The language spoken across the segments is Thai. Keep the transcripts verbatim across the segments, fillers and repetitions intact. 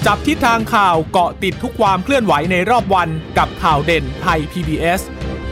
จับทิศทางข่าวเกาะติดทุกความเคลื่อนไหวในรอบวันกับข่าวเด่นไทย พี บี เอส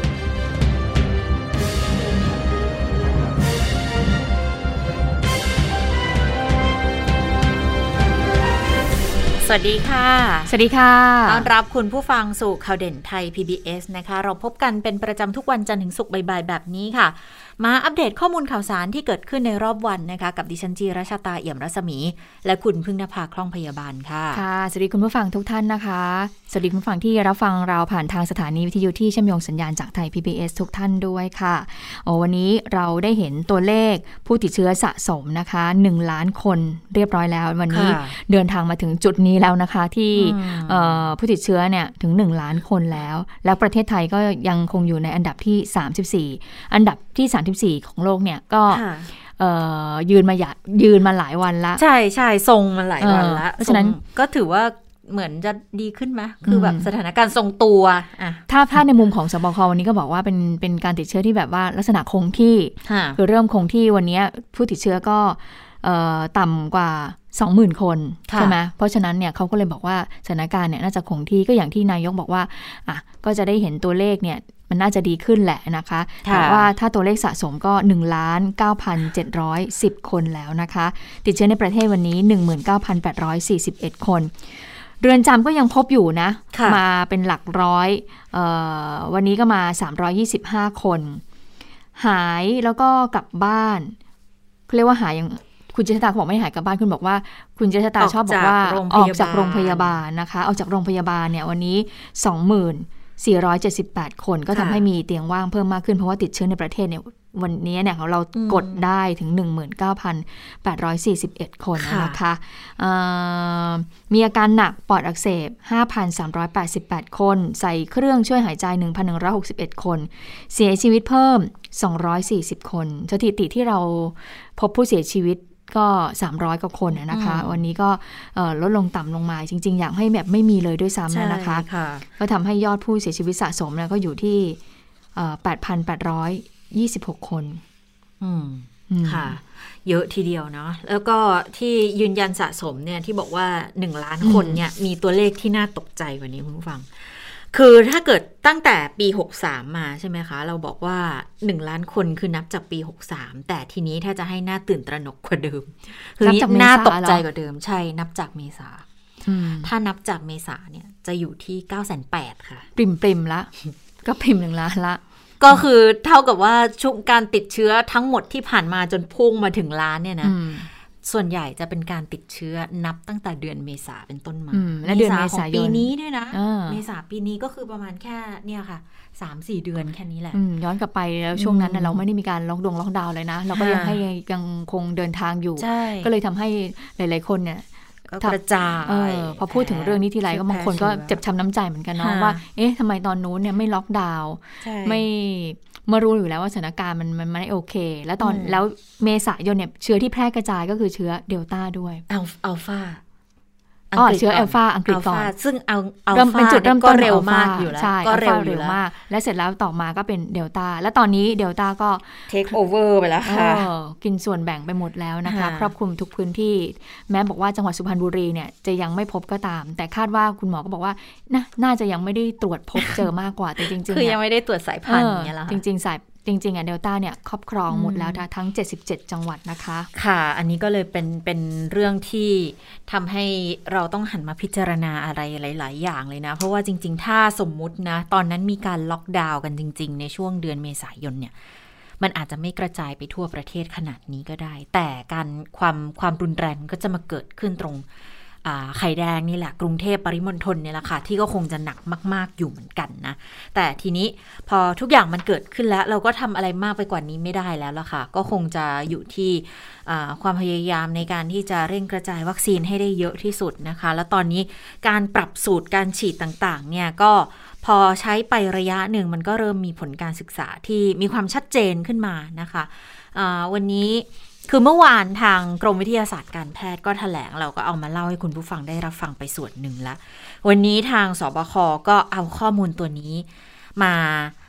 สวัสดีค่ะสวัสดีค่ะต้อนรับคุณผู้ฟังสู่ข่าวเด่นไทย พี บี เอส นะคะเราพบกันเป็นประจำทุกวันจันทร์ถึงศุกร์บ่ายๆแบบนี้ค่ะมาอัปเดตข้อมูลข่าวสารที่เกิดขึ้นในรอบวันนะคะกับดิฉันจีรัชตาเอี่ยมรัศมีและคุณพึ่งนภาคล่องพยาบาลค่ะค่ะสวัสดีคุณผู้ฟังทุกท่านนะคะสวัสดีคุณผู้ฟังที่รับฟังเราผ่านทางสถานีวิทยุที่เชื่อมโยงสัญญาณจากไทย พี บี เอส ทุกท่านด้วยค่ะโอ้วันนี้เราได้เห็นตัวเลขผู้ติดเชื้อสะสมนะคะหนึ่งล้านคนเรียบร้อยแล้ววันนี้เดินทางมาถึงจุดนี้แล้วนะคะที่ผู้ติดเชื้อเนี่ยถึงหนึ่งล้านคนแล้วแล้วประเทศไทยก็ยังคงอยู่ในอันดับที่สามสิบสี่อันดับที่สามสิบสี่ของโลกเนี่ยก็ยืนมายืนมาหลายวันละใช่ใช่ทรงมาหลายวันละเพราะฉะนั้นก็ถือว่าเหมือนจะดีขึ้นไหมคือแบบสถานการณ์ทรงตัวอ่ะถ้าถ้าในมุมของสบควันนี้ก็บอกว่าเป็นเป็นการติดเชื้อที่แบบว่าลักษณะคงที่คือเริ่มคงที่วันนี้ผู้ติดเชื้อก็ต่ำกว่า สองหมื่น คนใช่ไหมเพราะฉะนั้นเนี่ยเขาก็เลยบอกว่าสถานการณ์เนี่ยน่าจะคงที่ก็อย่างที่นายกบอกว่าอ่ะก็จะได้เห็นตัวเลขเนี่ยมันน่าจะดีขึ้นแหละนะคะแต่ว่าถ้าตัวเลขสะสมก็ หนึ่งล้านเก้าพันเจ็ดร้อยสิบ คนแล้วนะคะติดเชื้อในประเทศวันนี้ หนึ่งหมื่นเก้าพันแปดร้อยสี่สิบเอ็ด คนเรือนจำก็ยังพบอยู่นะมาเป็นหลักร้อยเอ่อวันนี้ก็มาสามร้อยยี่สิบห้าคนหายแล้วก็กลับบ้านเรียกว่าหายอย่างคุณเจษฎาบอกไม่หายกลับบ้านคุณบอกว่าคุณเจษฎาชอบบอกว่าออกจากโรงพยาบาลนะคะออกจากโรงพยาบาลเนี่ยวันนี้ สองหมื่นสี่ร้อยเจ็ดสิบแปด คนก็ทำให้มีเตียงว่างเพิ่มมากขึ้นเพราะว่าติดเชื้อในประเทศเนี่ยวันนี้เนี่ยเรากดได้ถึง หนึ่งหมื่นเก้าพันแปดร้อยสี่สิบเอ็ด คนนะคะมีอาการหนักปอดอักเสบ ห้าพันสามร้อยแปดสิบแปด คนใส่เครื่องช่วยหายใจ หนึ่งพันหนึ่งร้อยหกสิบเอ็ด คนเสียชีวิตเพิ่มสองร้อยสี่สิบคนสถิติที่เราพบผู้เสียชีวิตก็สามร้อยกว่าคนนะคะวันนี้ก็ลดลงต่ำลงมาจริงๆอยากให้แบบไม่มีเลยด้วยซ้ำนะคะก็ทำให้ยอดผู้เสียชีวิตสะสมเนี่ยก็อยู่ที่ แปดพันแปดร้อยยี่สิบหก คนอืมค่ะเยอะทีเดียวเนาะแล้วก็ที่ยืนยันสะสมเนี่ยที่บอกว่าหนึ่งล้านคนเนี่ยมีตัวเลขที่น่าตกใจกว่านี้คุณผู้ฟังคือถ้าเกิดตั้งแต่ปีหกสามมาใช่ไหมคะเราบอกว่าหนึ่งล้านคนคือนับจากปีหกสามแต่ทีนี้ถ้าจะให้น่าตื่นตระหนกกว่าเดิมคือน่าตกใจกว่าเดิมใช่นับจากเมษาถ้านับจากเมษาเนี่ยจะอยู่ที่ เก้าแสนแปดหมื่น ค่ะปริมปริมละก็ปริมหนึ่งล้านละก็คือเท่ากับว่าช่วงการติดเชื้อทั้งหมดที่ผ่านมาจนพุ่งมาถึงล้านเนี่ยนะส่วนใหญ่จะเป็นการติดเชื้อนับตั้งแต่เดือนเมษาเป็นต้นมาและเดือนเมษายนปีนี้ด้วยนะเมษาปีนี้ก็คือประมาณแค่เนี่ยค่ะ สามสี่ เดือนแค่นี้แหละย้อนกลับไปแล้วช่วงนั้นเราไม่ได้มีการล็อกดงล็อกดาวน์เลยนะเราก็ยังให้ยังคงเดินทางอยู่ก็เลยทำให้หลายๆคนเนี่ยกระจายพอพูดถึงเรื่องนี้ทีไรก็บางคนก็เจ็บช้ำน้ำใจเหมือนกันเนาะว่าเอ๊ะทำไมตอนนู้นเนี่ยไม่ล็อกดาวน์ไม่มารู้อยู่แล้วว่าสถานการณ์มันมันไม่โอเคแล้วตอนแล้วเมษายนเนี่ยเชื้อที่แพร่กระจายก็คือเชื้อเดลต้าด้วยอัลฟาอ๋อเชื้ออัลฟาอังกฤษก่อนซึ่งเอาเริ่มเป็นจุดเริ่มต้นเร็วมากอยู่แล้วก็เร็วเร็วมากและเสร็จแล้วต่อมาก็เป็นเดลต้าและตอนนี้เดลต้าก็เทคโอเวอร์ไปแล้วค่ะกินส่วนแบ่งไปหมดแล้วนะคะครอบคลุมทุกพื้นที่แม้บอกว่าจังหวัดสุพรรณบุรีเนี่ยจะยังไม่พบก็ตามแต่คาดว่าคุณหมอก็บอกว่านะน่าจะยังไม่ได้ตรวจพบเจอมากกว่าแต่จริงๆคือยังไม่ได้ตรวจสายพันธุ์อย่างเงี้ยแล้วจริงๆสายจริงๆอ่ะเดลต้าเนี่ยครอบครองหมดแล้วทั้งเจ็ดสิบเจ็ดจังหวัดนะคะค่ะอันนี้ก็เลยเป็นเป็นเรื่องที่ทำให้เราต้องหันมาพิจารณาอะไรหลายๆอย่างเลยนะเพราะว่าจริงๆถ้าสมมุตินะตอนนั้นมีการล็อกดาวน์กันจริงๆในช่วงเดือนเมษายนเนี่ยมันอาจจะไม่กระจายไปทั่วประเทศขนาดนี้ก็ได้แต่การความความรุนแรงก็จะมาเกิดขึ้นตรงไข่แดงนี่แหละกรุงเทพปริมณฑลเนี่ยแหละค่ะที่ก็คงจะหนักมากๆอยู่เหมือนกันนะแต่ทีนี้พอทุกอย่างมันเกิดขึ้นแล้วเราก็ทำอะไรมากไปกว่านี้ไม่ได้แล้วล่ะค่ะก็คงจะอยู่ที่ความพยายามในการที่จะเร่งกระจายวัคซีนให้ได้เยอะที่สุดนะคะแล้วตอนนี้การปรับสูตรการฉีดต่างๆเนี่ยก็พอใช้ไประยะหนึ่งมันก็เริ่มมีผลการศึกษาที่มีความชัดเจนขึ้นมานะคะวันนี้คือเมื่อวานทางกรมวิทยาศาสตร์การแพทย์ก็แถลงเราก็เอามาเล่าให้คุณผู้ฟังได้รับฟังไปส่วนหนึ่งแล้ววันนี้ทางสบคก็เอาข้อมูลตัวนี้มา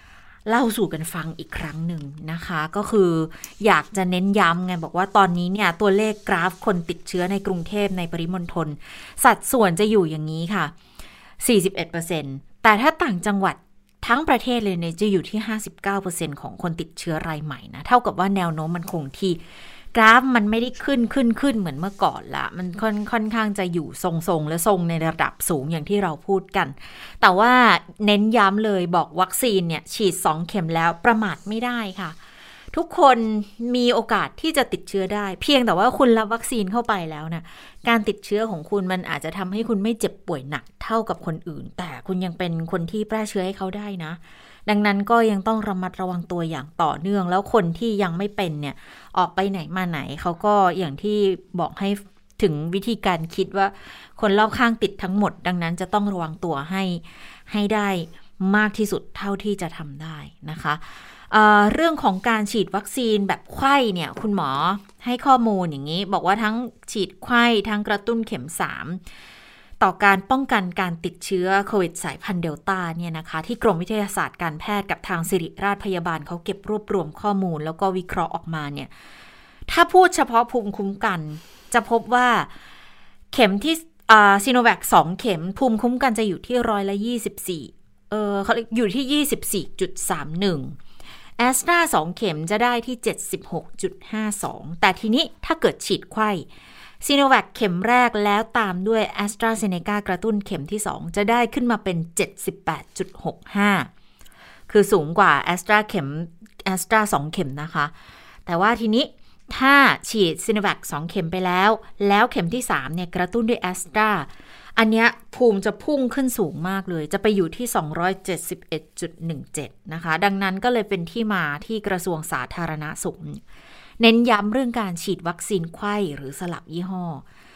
เล่าสู่กันฟังอีกครั้งหนึ่งนะคะก็คืออยากจะเน้นย้ำไงบอกว่าตอนนี้เนี่ยตัวเลขกราฟคนติดเชื้อในกรุงเทพในปริมณฑลสัดส่วนจะอยู่อย่างนี้ค่ะ สี่สิบเอ็ดเปอร์เซ็นต์ แต่ถ้าต่างจังหวัดทั้งประเทศเลยเนี่ยจะอยู่ที่ ห้าสิบเก้าเปอร์เซ็นต์ ของคนติดเชื้อรายใหม่นะเท่ากับว่าแนวโน้มมันคงที่กราฟมันไม่ได้ขึ้นขึ้นขึ้นเหมือนเมื่อก่อนละมันค่อนค่อนข้างจะอยู่ทรงๆและทรงในระดับสูงอย่างที่เราพูดกันแต่ว่าเน้นย้ำเลยบอกวัคซีนเนี่ยฉีดสองเข็มแล้วประมาทไม่ได้ค่ะทุกคนมีโอกาสที่จะติดเชื้อได้เพียงแต่ว่าคุณรับวัคซีนเข้าไปแล้วนะการติดเชื้อของคุณมันอาจจะทำให้คุณไม่เจ็บป่วยหนักเท่ากับคนอื่นแต่คุณยังเป็นคนที่แพร่เชื้อให้เขาได้นะดังนั้นก็ยังต้องระมัดระวังตัวอย่างต่อเนื่องแล้วคนที่ยังไม่เป็นเนี่ยออกไปไหนมาไหนเขาก็อย่างที่บอกให้ถึงวิธีการคิดว่าคนรอบข้างติดทั้งหมดดังนั้นจะต้องระวังตัวให้ให้ได้มากที่สุดเท่าที่จะทำได้นะคะเอ่อเรื่องของการฉีดวัคซีนแบบไข้เนี่ยคุณหมอให้ข้อมูลอย่างนี้บอกว่าทั้งฉีดไข้ทั้งกระตุ้นเข็มสามต่อการป้องกันการติดเชื้อโควิดสายพันธุ์เดลต้าเนี่ยนะคะที่กรมวิทยาศาสตร์การแพทย์กับทางศิริราชพยาบาลเขาเก็บรวบรวมข้อมูลแล้วก็วิเคราะห์ออกมาเนี่ยถ้าพูดเฉพาะภูมิคุ้มกันจะพบว่าเข็มที่อ่าซิโนแวคสองเข็มภูมิคุ้มกันจะอยู่ที่ร้อยละยี่สิบสี่เออเขาอยู่ที่ ยี่สิบสี่จุดสามหนึ่ง แอสตราสองเข็มจะได้ที่ เจ็ดสิบหกจุดห้าสอง แต่ทีนี้ถ้าเกิดฉีดไข้ซีโนแวคเข็มแรกแล้วตามด้วย AstraZeneca กระตุ้นเข็มที่สองจะได้ขึ้นมาเป็น เจ็ดสิบแปดจุดหกห้า คือสูงกว่า Astra เข็ม Astra สองเข็มนะคะแต่ว่าทีนี้ถ้าฉีดซีโนแวคสองเข็มไปแล้วแล้วเข็มที่สามเนี่ยกระตุ้นด้วย Astra อันเนี้ยภูมิจะพุ่งขึ้นสูงมากเลยจะไปอยู่ที่ สองร้อยเจ็ดสิบเอ็ดจุดหนึ่งเจ็ด นะคะดังนั้นก็เลยเป็นที่มาที่กระทรวงสาธารณสุขเน้นย้ำเรื่องการฉีดวัคซีนไข้หรือสลับยี่ห้อ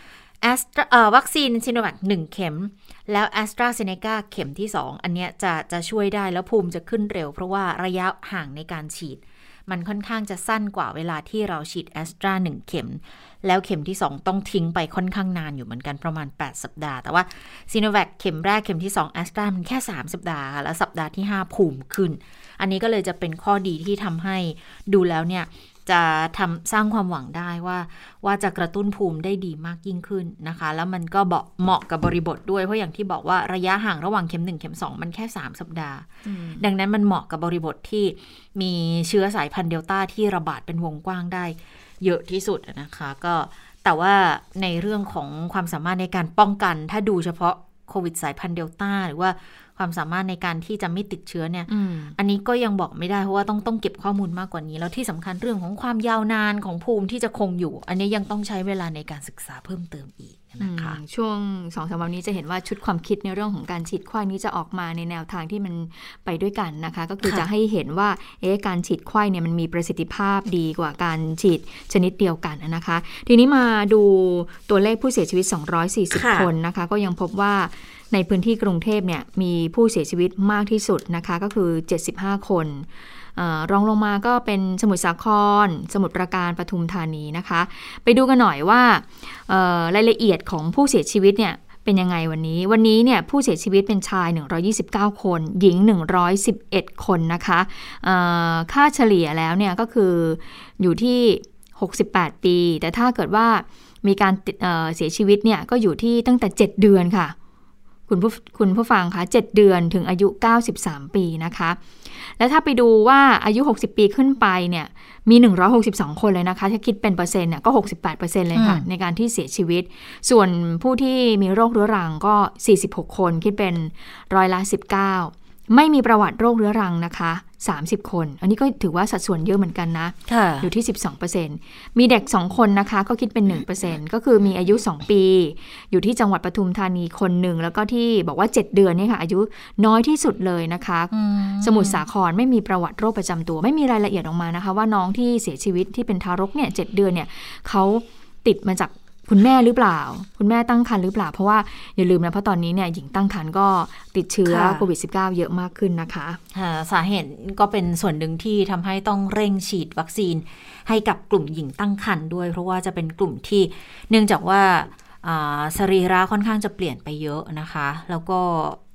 Astra เอ่อวัคซีนซิโนแวคหนึ่งเข็มแล้ว AstraZeneca เข็มที่สองอันเนี้ยจะจะช่วยได้แล้วภูมิจะขึ้นเร็วเพราะว่าระยะห่างในการฉีดมันค่อนข้างจะสั้นกว่าเวลาที่เราฉีด Astra หนึ่งเข็มแล้วเข็มที่สองต้องทิ้งไปค่อนข้างนานอยู่เหมือนกันประมาณแปดสัปดาห์แต่ว่าซิโนแวคเข็มแรกเข็มที่สอง Astra มันแค่สามสัปดาห์ค่ะแล้วสัปดาห์ที่ห้าภูมิขึ้นอันนี้ก็เลยจะเป็นข้อดีที่ทำให้ดูแล้วเนี่ยจะทำสร้างความหวังได้ว่าว่าจะกระตุ้นภูมิได้ดีมากยิ่งขึ้นนะคะแล้วมันก็เหมาะกับบริบทด้วยเพราะอย่างที่บอกว่าระยะห่างระหว่างเข็มหนึ่งเข็มสองมันแค่สามสัปดาห์ดังนั้นมันเหมาะกับบริบทที่มีเชื้อสายพันธุ์เดลต้าที่ระบาดเป็นวงกว้างได้เยอะที่สุดนะคะก็แต่ว่าในเรื่องของความสามารถในการป้องกันถ้าดูเฉพาะโควิดสายพันธุ์เดลต้าหรือว่าความสามารถในการที่จะไม่ติดเชื้อเนี่ย อ, อันนี้ก็ยังบอกไม่ได้เพราะว่าต้องต้องเก็บข้อมูลมากกว่านี้แล้วที่สำคัญเรื่องของความยาวนานของภูมิที่จะคงอยู่อันนี้ยังต้องใช้เวลาในการศึกษาเพิ่มเติมอีกนะคะช่วง สองถึงสาม วันนี้จะเห็นว่าชุดความคิดในเรื่องของการฉีดไข้นี้จะออกมาในแนวทางที่มันไปด้วยกันนะคะก็คือจะให้เห็นว่าเอ๊ะการฉีดไข้เนี่ยมันมีประสิทธิภาพดีกว่าการฉีดชนิดเดียวกันนะคะทีนี้มาดูตัวเลขผู้เสียชีวิตสองร้อยสี่สิบคนนะคะก็ยังพบว่าในพื้นที่กรุงเทพเนี่ยมีผู้เสียชีวิตมากที่สุดนะคะก็คือเจ็ดสิบห้าคนเอ่อรองลงมาก็เป็นสมุทรสาครสมุทรปราการปทุมธานีนะคะไปดูกันหน่อยว่ารายละเอียดของผู้เสียชีวิตเนี่ยเป็นยังไงวันนี้วันนี้เนี่ยผู้เสียชีวิตเป็นชายหนึ่งร้อยยี่สิบเก้าคนหญิงหนึ่งร้อยสิบเอ็ดคนนะคะค่าเฉลี่ยแล้วเนี่ยก็คืออยู่ที่หกสิบแปดปีแต่ถ้าเกิดว่ามีการเอ่อเสียชีวิตเนี่ยก็อยู่ที่ตั้งแต่เจ็ดเดือนค่ะคุณผู้คุณผู้ฟังคะเจ็ดเดือนถึงอายุเก้าสิบสามปีนะคะแล้วถ้าไปดูว่าอายุหกสิบปีขึ้นไปเนี่ยมีหนึ่งร้อยหกสิบสองคนเลยนะคะถ้าคิดเป็นเปอร์เซ็นต์เนี่ยก็ หกสิบแปดเปอร์เซ็นต์ เลยค่ะในการที่เสียชีวิตส่วนผู้ที่มีโรคเรื้อรังก็สี่สิบหกคนคิดเป็นร้อยละสิบเก้าไม่มีประวัติโรคเรื้อรังนะคะสามสิบคนอันนี้ก็ถือว่าสัดส่วนเยอะเหมือนกันนะอยู่ที่ สิบสองเปอร์เซ็นต์ มีเด็กสองคนนะคะก็คิดเป็น หนึ่งเปอร์เซ็นต์ ก็คือมีอายุสองปีอยู่ที่จังหวัดปทุมธานีคนหนึ่งแล้วก็ที่บอกว่าเจ็ดเดือนนี่ค่ะอายุน้อยที่สุดเลยนะคะสมุทรสาครไม่มีประวัติโรคประจำตัวไม่มีรายละเอียดออกมานะคะว่าน้องที่เสียชีวิตที่เป็นทารกเนี่ยเจ็ดเดือนเนี่ยเขาติดมาจากคุณแม่หรือเปล่าคุณแม่ตั้งครรภ์หรือเปล่าเพราะว่าอย่าลืมนะเพราะตอนนี้เนี่ยหญิงตั้งครรภ์ก็ติดเชื้อโควิด สิบเก้า เยอะมากขึ้นนะคะสาเหตุก็เป็นส่วนหนึ่งที่ทำให้ต้องเร่งฉีดวัคซีนให้กับกลุ่มหญิงตั้งครรภ์ด้วยเพราะว่าจะเป็นกลุ่มที่เนื่องจากว่าสรีระค่อนข้างจะเปลี่ยนไปเยอะนะคะแล้วก็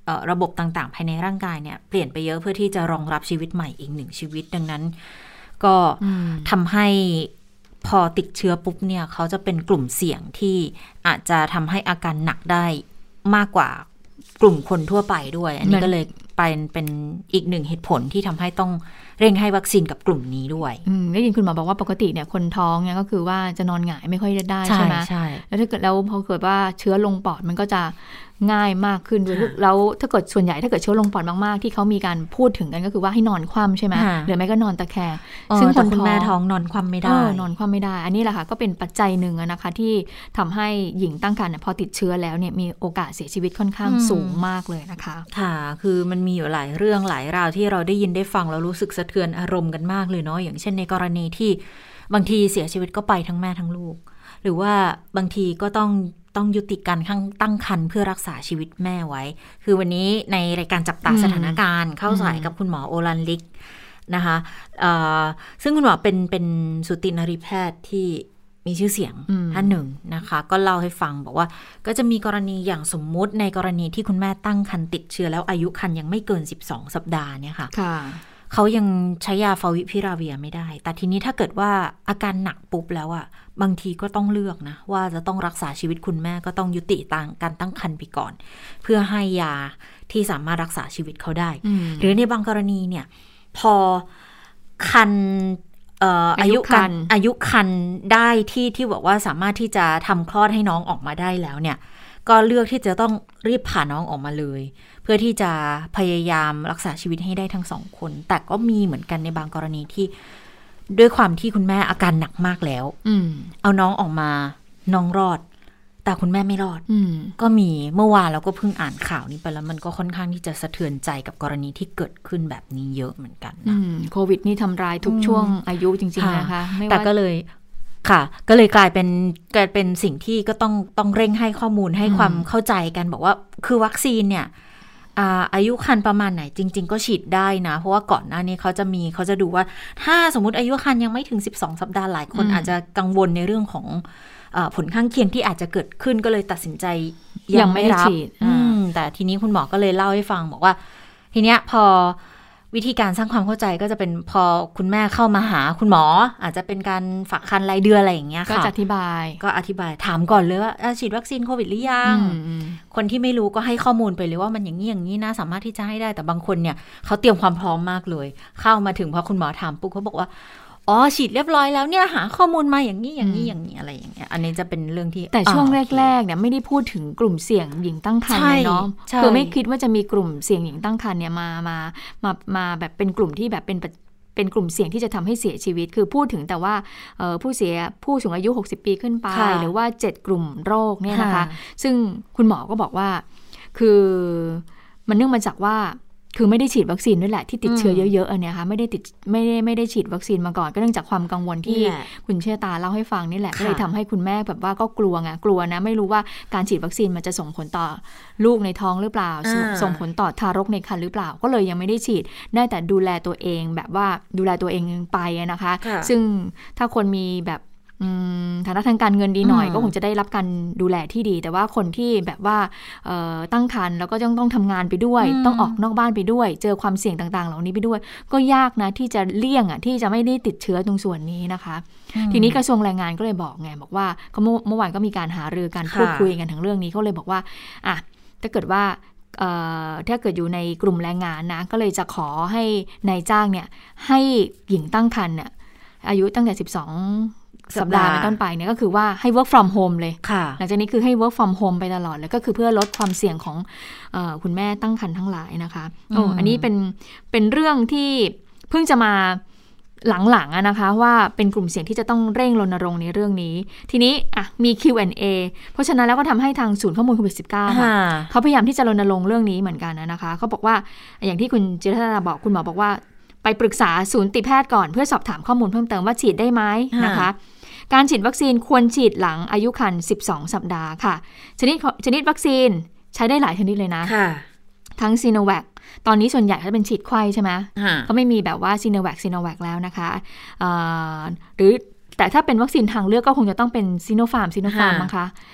ระบบต่างๆภายในร่างกายเนี่ยเปลี่ยนไปเยอะเพื่อที่จะรองรับชีวิตใหม่อีกหนึ่งชีวิตดังนั้นก็ทำให้พอติดเชื้อปุ๊บเนี่ยเขาจะเป็นกลุ่มเสี่ยงที่อาจจะทำให้อาการหนักได้มากกว่ากลุ่มคนทั่วไปด้วยอันนี้ก็เลยเป็นเป็นอีกหนึ่งเหตุผลที่ทำให้ต้องเร่งให้วัคซีนกับกลุ่มนี้ด้วยได้ยินคุณหมอบอกว่าปกติเนี่ยคนท้องเนี่ยก็คือว่าจะนอนหงายไม่ค่อยได้ใช่ไหมใช่แล้วถ้าเกิดแล้วพอเกิดว่าเชื้อลงปอดมันก็จะง่ายมากขึ้นด้วยแล้วถ้าเกิดส่วนใหญ่ถ้าเกิดเชื้อลงปอดมากๆที่เขามีการพูดถึงกันก็คือว่าให้นอนคว่ำใช่ไหมหรือไม่ก็นอนตะแคงซึ่งคนคุณแม่ท้องนอนคว่ำไม่ได้นอนคว่ำไม่ได้อันนี้แหละค่ะก็เป็นปัจจัยหนึ่งนะคะที่ทำให้หญิงตั้งครรภ์พอติดเชื้อแล้วเนี่ยมีโอกาสเสียชีวิตค่อนข้างสูงมากเลยนะคะค่ะคือมันมีอยู่หลายเรื่องหลายราวที่เราได้ยินได้ฟังแล้วรู้สึกสะเทือนอารมณ์กันมากเลยเนาะอย่างเช่นในกรณีที่บางทีเสียชีวิตก็ไปทั้งแม่ทั้งลูกหรือว่าบางทีก็ต้องต้องยุติการตั้งครรภ์เพื่อรักษาชีวิตแม่ไว้คือวันนี้ในรายการจับตาสถานการณ์เข้าสายกับคุณหมอโอลันลิกนะคะซึ่งคุณหมอเป็นเป็นสูตินรีแพทย์ที่มีชื่อเสียงท่านหนึ่งนะคะก็เล่าให้ฟังบอกว่าก็จะมีกรณีอย่างสมมุติในกรณีที่คุณแม่ตั้งครรภ์ติดเชื้อแล้วอายุครรภ์ยังไม่เกินสิบสองสัปดาห์เนี่ยค่ะเขายังใช้ยาฟาวิพิราเวียไม่ได้แต่ทีนี้ถ้าเกิดว่าอาการหนักปุ๊บแล้วอะบางทีก็ต้องเลือกนะว่าจะต้องรักษาชีวิตคุณแม่ก็ต้องยุติต่างการตั้งครรภ์ไปก่อนเพื่อให้ยาที่สามารถรักษาชีวิตเขาได้หรือในบางกรณีเนี่ยพอคันอายุคันอายุคันได้ที่ที่บอกว่าสามารถที่จะทำคลอดให้น้องออกมาได้แล้วเนี่ยก็เลือกที่จะต้องรีบผ่าน้องออกมาเลยเพื่อที่จะพยายามรักษาชีวิตให้ได้ทั้งสองคนแต่ก็มีเหมือนกันในบางกรณีที่ด้วยความที่คุณแม่อาการหนักมากแล้วเอาน้องออกมาน้องรอดแต่คุณแม่ไม่รอดก็มีเมื่อวานเราก็เพิ่งอ่านข่าวนี้ไปแล้วมันก็ค่อนข้างที่จะสะเทือนใจกับกรณีที่เกิดขึ้นแบบนี้เยอะเหมือนกันนะโควิดนี่ทำร้ายทุกช่วงอายุจริงๆนะคะแต่ก็เลยค่ะก็เลยกลายเป็นกลายเป็นสิ่งที่ก็ต้องต้องเร่งให้ข้อมูลให้ความเข้าใจกันบอกว่าคือวัคซีนเนี่ยอายุครรภ์ประมาณไหนจริงๆก็ฉีดได้นะเพราะว่าก่อนหน้านี้เขาจะมีเขาจะดูว่าถ้าสมมุติอายุครรภ์ยังไม่ถึงสิบสองสัปดาห์หลายคนอาจจะกังวลในเรื่องของผลข้างเคียงที่อาจจะเกิดขึ้นก็เลยตัดสินใจยังไม่รับแต่ทีนี้คุณหมอก็เลยเล่าให้ฟังบอกว่าทีเนี้ยพอวิธีการสร้างความเข้าใจก็จะเป็นพอคุณแม่เข้ามาหาคุณหมออาจจะเป็นการฝากครรภ์รายเดือนอะไรอย่างเงี้ยค่ะก็อธิบายก็อธิบายถามก่อนเลยว่าฉีดวัคซีนโควิดหรือยังคนที่ไม่รู้ก็ให้ข้อมูลไปเลยว่ามันอย่างนี้อย่างนี้นะสามารถที่จะให้ได้แต่บางคนเนี่ยเขาเตรียมความพร้อมมากเลยเข้ามาถึงพอคุณหมอถามปุ๊บเขาบอกว่าอ๋อฉีดเรียบร้อยแล้วเนี่ยหาข้อมูลมาอย่างนี้อย่างนี้อย่างนี้อะไรอย่างเงี้ยอันนี้จะเป็นเรื่องที่แต่ช่วงแรกๆเนี่ยไม่ได้พูดถึงกลุ่มเสี่ยงหญิงตั้งครรภ์เลยเนาะคือไม่คิดว่าจะมีกลุ่มเสี่ยงหญิงตั้งครรภ์เนี่ยมามามามาแบบเป็นกลุ่มที่แบบเป็นเป็นกลุ่มเสี่ยงที่จะทำให้เสียชีวิตคือพูดถึงแต่ว่าผู้เสียผู้สูงอายุหกสิบปีขึ้นไปหรือว่าเจ็ดกลุ่มโรคเนี่ยนะคะซึ่งคุณหมอก็บอกว่าคือมันเนื่องมาจากว่าคือไม่ได้ฉีดวัคซีนด้วยแหละที่ติดเชื้อเยอะๆอันเนี้ยค่ะไม่ได้ติดไม่ได้ไม่ได้ฉีดวัคซีนมาก่อนก็เนื่องจากความกังวลที่คุณเชษตาเล่าให้ฟังนี่แหละก็เลยทำให้คุณแม่แบบว่าก็กลัวไงกลัวนะไม่รู้ว่าการฉีดวัคซีนมันจะส่งผลต่อลูกในท้องหรือเปล่าส่งผลต่อทารกในครรภ์หรือเปล่าก็เลยยังไม่ได้ฉีดได้แต่ดูแลตัวเองแบบว่าดูแลตัวเองไปนะคะซึ่งถ้าคนมีแบบฐานะทางการเงินดีหน่อยก็คงจะได้รับการดูแลที่ดีแต่ว่าคนที่แบบว่าตั้งครรภ์แล้วก็ต้องต้องทำงานไปด้วยต้องออกนอกบ้านไปด้วยเจอความเสี่ยงต่างๆเหล่านี้ไปด้วยก็ยากนะที่จะเลี่ยงอ่ะที่จะไม่ได้ติดเชื้อตรงส่วนนี้นะคะทีนี้กระทรวงแรงงานก็เลยบอกไงบอกว่าเมื่อวานก็มีการหารือการพูดคุยกันถึงเรื่องนี้เขาเลยบอกว่าอ่ะถ้าเกิดว่าถ้าเกิดอยู่ในกลุ่มแรงงานนะก็เลยจะขอให้นายจ้างเนี่ยให้หญิงตั้งครรภ์เนี่ยอายุตั้งแต่สิบสองสัปดาห์เป็นต้นไปเนี่ยก็คือว่าให้ work from home เลยหลังจากนี้คือให้ work from home ไปตลอดเลยก็คือเพื่อลดความเสี่ยงของเอ่อคุณแม่ตั้งครรภ์ทั้งหลายนะคะโอ้อันนี้เป็นเป็นเรื่องที่เพิ่งจะมาหลังๆนะคะว่าเป็นกลุ่มเสี่ยงที่จะต้องเร่งรณรงค์ในเรื่องนี้ทีนี้อ่ะมี คิว แอนด์ เอ เพราะฉะนั้นแล้วก็ทำให้ทางศูนย์ข้อมูลโควิด สิบเก้า ค่ะเขาพยายามที่จะรณรงค์เรื่องนี้เหมือนกันนะคะเขาบอกว่าอย่างที่คุณจิรธาบอกคุณหมอบอกว่าไปปรึกษาศูนย์ติแพทย์ก่อนเพื่อสอบถามข้อมูลเพิ่มเติมว่าฉีดได้ไหมนะคะการฉีดวัคซีนควรฉีดหลังอายุครรภ์สิบสองสัปดาห์ค่ะชนิดชนิดวัคซีนใช้ได้หลายชนิดเลยนะทั้งซีโนแวคตอนนี้ส่วนใหญ่เขาจะเป็นฉีดไข้ใช่ไหมก็ไม่มีแบบว่าซีโนแวคซีโนแวคแล้วนะคะหรือแต่ถ้าเป็นวัคซีนทางเลือกก็คงจะต้องเป็นซีโนฟาร์มซีโนฟาร์มมั้งคะ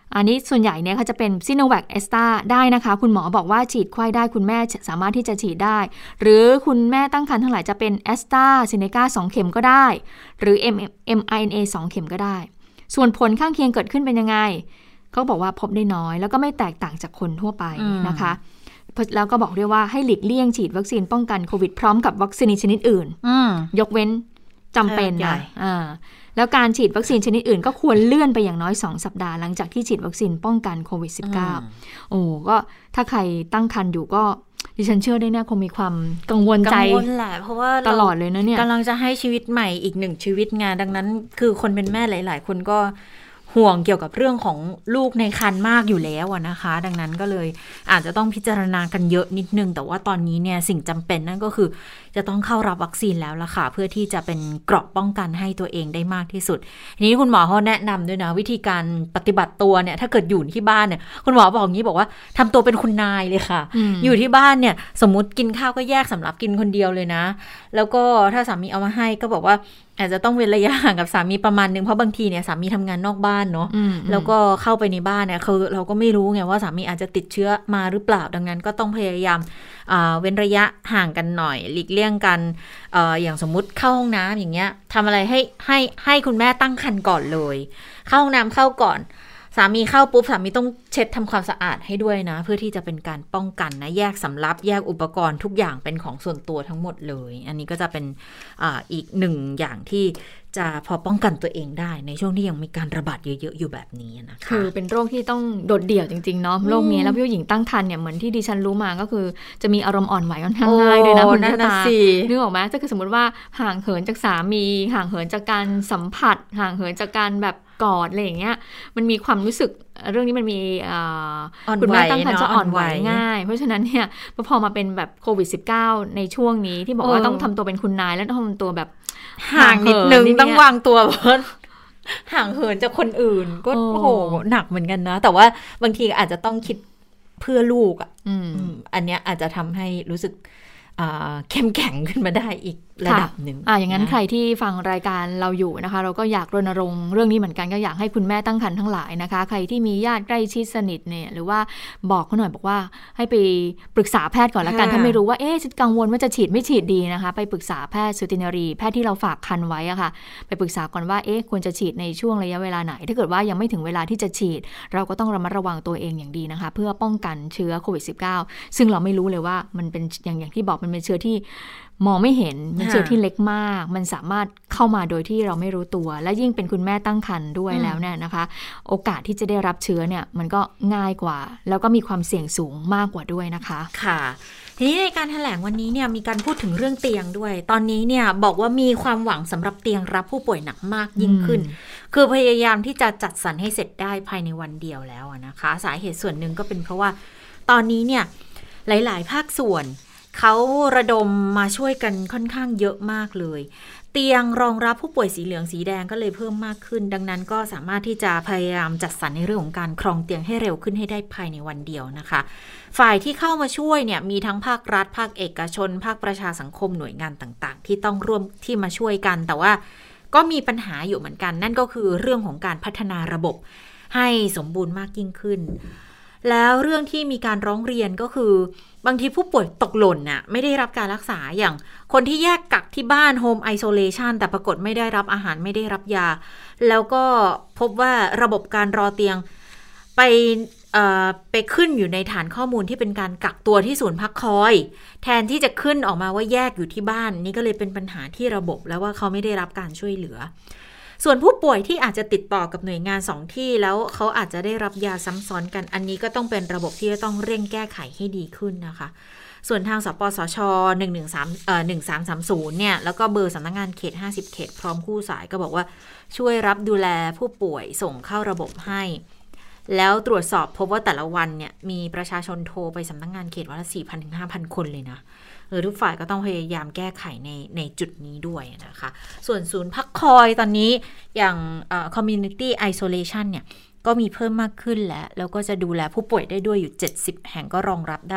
อันนี้ส่วนใหญ่เนี่ยเขาจะเป็นซิโนแวคแอสตราได้นะคะคุณหมอบอกว่าฉีดไข้ได้คุณแม่สามารถที่จะฉีดได้หรือคุณแม่ตั้งครรภ์ทั้งหลายจะเป็นแอสตราเซเนกาสองเข็มก็ได้หรือ เอ็ม เอ็ม ไอ เอ็น เอ สองเข็มก็ได้ส่วนผลข้างเคียงเกิดขึ้นเป็นยังไงเขาบอกว่าพบได้น้อยแล้วก็ไม่แตกต่างจากคนทั่วไปนะคะแล้วก็บอกด้วยว่าให้หลีกเลี่ยงฉีดวัคซีนป้องกันโควิดพร้อมกับวัคซีนชนิดอื่นยกเว้นจำเป็นนะแล้วการฉีดวัคซีนชนิดอื่นก็ควรเลื่อนไปอย่างน้อยสองสัปดาห์หลังจากที่ฉีดวัคซีนป้องกันโควิด สิบเก้า โอ้ก็ถ้าใครตั้งครรภ์อยู่ก็ดิฉันเชื่อได้แน่คงมีความกังวลใจกังวลแหละเพราะว่าตลอดเลยนะเนี่ยกำลังจะให้ชีวิตใหม่อีกหนึ่งชีวิตงานดังนั้นคือคนเป็นแม่หลายๆคนก็ห่วงเกี่ยวกับเรื่องของลูกในครรภ์มากอยู่แล้วนะคะดังนั้นก็เลยอาจจะต้องพิจารณากันเยอะนิดนึงแต่ว่าตอนนี้เนี่ยสิ่งจำเป็นนั่นก็คือจะต้องเข้ารับวัคซีนแล้วล่ะค่ะเพื่อที่จะเป็นเกราะป้องกันให้ตัวเองได้มากที่สุดทีนี้คุณหมอเขาแนะนำด้วยนะวิธีการปฏิบัติตัวเนี่ยถ้าเกิดอยู่ที่บ้านเนี่ยคุณหมอบอกอย่างนี้บอกว่าทำตัวเป็นคุณนายเลยค่ะ อ, อยู่ที่บ้านเนี่ยสมมุติกินข้าวก็แยกสำหรับกินคนเดียวเลยนะแล้วก็ถ้าสามีเอามาให้ก็บอกว่าอาจจะต้องเว้นระยะห่างกับสามีประมาณนึงเพราะบางทีเนี่ยสามีทำงานนอกบ้านเนาะแล้วก็เข้าไปในบ้านเนี่ยคือเราก็ไม่รู้ไงว่าสามีอาจจะติดเชื้อมาหรือเปล่าดังนั้นก็ต้องพยายามเว้นระยะห่างกันหน่อยหลีกเลี่ยงกัน เอ่อ อย่างสมมุติเข้าห้องน้ำอย่างเงี้ยทำอะไรให้ให้ให้คุณแม่ตั้งครรภ์ก่อนเลยเข้าห้องน้ำเข้าก่อนสามีเข้าปุ๊บสามีต้องเช็ดทำความสะอาดให้ด้วยนะเพื่อที่จะเป็นการป้องกันนะแยกสำรับแยกอุปกรณ์ทุกอย่างเป็นของส่วนตัวทั้งหมดเลยอันนี้ก็จะเป็น อ่า อีกหนึ่งอย่างที่จะพอป้องกันตัวเองได้ในช่วงที่ยังมีการระบาดเยอะๆอยู่แบบนี้นะคะคือเป็นโรคที่ต้องโดดเดี่ยวจริงๆเนาะโรคนี้แล้วผู้หญิงตั้งครรภ์เนี่ยเหมือนที่ดิฉันรู้มาก็คือจะมีอารมณ์อ่อนไหวค่อนข้างง่ายด้วยนะคุณตานึกออกไหมถ้าเกิดสมมติว่าห่างเหินจากสามีห่างเหินจากการสัมผัสห่างเหินจากการแบบกอดอะไรอย่างเงี้ยมันมีความรู้สึกเรื่องนี้มันมีคุณแม่ตั้งครรภ์จะอ่อนไหวง่ายเพราะฉะนั้นเนี่ยพอมาเป็นแบบโควิด สิบเก้า ในช่วงนี้ที่บอกว่าต้องทำตัวเป็นคุณนายแล้วต้องทำตัวแบบห่างนิดนึงต้องวางตัวห่างเหินจากคนอื่นก็โอ้โหหนักเหมือนกันนะแต่ว่าบางทีอาจจะต้องคิดเพื่อลูกอ่ะอันเนี้ยอาจจะทำให้รู้สึกเข้มแข็งขึ้นมาได้อีกระดับหนึ่งอ่าอย่างนั้นใครที่ฟังรายการเราอยู่นะคะเราก็อยากรณรงค์เรื่องนี้เหมือนกันก็อยากให้คุณแม่ตั้งครรภ์ทั้งหลายนะคะใครที่มีญาติใกล้ชิดสนิทเนี่ยหรือว่าบอกเขาหน่อยบอกว่าให้ไปปรึกษาแพทย์ก่อนละกันถ้าไม่รู้ว่าเอ๊ะฉันกังวลว่าจะฉีดไม่ฉีดดีนะคะไปปรึกษาแพทย์สูตินรีแพทย์ที่เราฝากคันไว้อะค่ะไปปรึกษาก่อนว่าเอ๊ะควรจะฉีดในช่วงระยะเวลาไหนถ้าเกิดว่ายังไม่ถึงเวลาที่จะฉีดเราก็ต้องระมัดระวังตัวเองอย่างดีนะคะเพื่อป้องกันเชื้อโควิด สิบเก้า ซึ่งเราไม่รู้เลยว่ามันเป็นอย่างอย่างที่บอกมันเป็นเชื้อที่มองไม่เห็นมันเชื้อที่เล็กมากมันสามารถเข้ามาโดยที่เราไม่รู้ตัวและยิ่งเป็นคุณแม่ตั้งครรภ์ด้วยแล้วเนี่ยนะคะโอกาสที่จะได้รับเชื้อเนี่ยมันก็ง่ายกว่าแล้วก็มีความเสี่ยงสูงมากกว่าด้วยนะคะค่ะทีนี้ในการแถลงวันนี้เนี่ยมีการพูดถึงเรื่องเตียงด้วยตอนนี้เนี่ยบอกว่ามีความหวังสำหรับเตียงรับผู้ป่วยหนักมากยิ่งขึ้นคือพยายามที่จะจัดสรรให้เสร็จได้ภายในวันเดียวแล้วนะคะสาเหตุส่วนหนึ่งก็เป็นเพราะว่าตอนนี้เนี่ยหลายๆภาคส่วนเขาระดมมาช่วยกันค่อนข้างเยอะมากเลยเตียงรองรับผู้ป่วยสีเหลืองสีแดงก็เลยเพิ่มมากขึ้นดังนั้นก็สามารถที่จะพยายามจัดสรรในเรื่องของการครองเตียงให้เร็วขึ้นให้ได้ภายในวันเดียวนะคะฝ่ายที่เข้ามาช่วยเนี่ยมีทั้งภาครัฐภาคเอกชนภาคประชาสังคมหน่วยงานต่างๆที่ต้องร่วมที่มาช่วยกันแต่ว่าก็มีปัญหาอยู่เหมือนกันนั่นก็คือเรื่องของการพัฒนาระบบให้สมบูรณ์มากยิ่งขึ้นแล้วเรื่องที่มีการร้องเรียนก็คือบางทีผู้ป่วยตกหล่นน่ะไม่ได้รับการรักษาอย่างคนที่แยกกักที่บ้านโฮมไอโซเลชันแต่ปรากฏไม่ได้รับอาหารไม่ได้รับยาแล้วก็พบว่าระบบการรอเตียงไปเอ่อไปขึ้นอยู่ในฐานข้อมูลที่เป็นการกักตัวที่ศูนย์พักคอยแทนที่จะขึ้นออกมาว่าแยกอยู่ที่บ้านนี่ก็เลยเป็นปัญหาที่ระบบแล้วว่าเขาไม่ได้รับการช่วยเหลือส่วนผู้ป่วยที่อาจจะติดต่อกับหน่วยงานสองที่แล้วเขาอาจจะได้รับยาซ้ำซ้อนกันอันนี้ก็ต้องเป็นระบบที่จะต้องเร่งแก้ไขให้ดีขึ้นนะคะส่วนทางสปสชหนึ่งหนึ่งสามเอ่อหนึ่งสามสามศูนย์เนี่ยแล้วก็เบอร์สำนักงานเขตห้าสิบเขตพร้อมคู่สายก็บอกว่าช่วยรับดูแลผู้ป่วยส่งเข้าระบบให้แล้วตรวจสอบพบว่าแต่ละวันเนี่ยมีประชาชนโทรไปสำนักงานเขตวันละ สี่พันถึงห้าพัน คนเลยนะเออทุกฝ่ายก็ต้องพยายามแก้ไขในในจุดนี้ด้วยนะคะส่วนศูนย์พักคอยตอนนี้อย่างเอ่อ community isolation เนี่ยก็มีเพิ่มมากขึ้นแล้วแล้วก็จะดูแลผู้ป่วยได้ด้วยอยู่เจ็ดสิบแห่งก็รองรับได้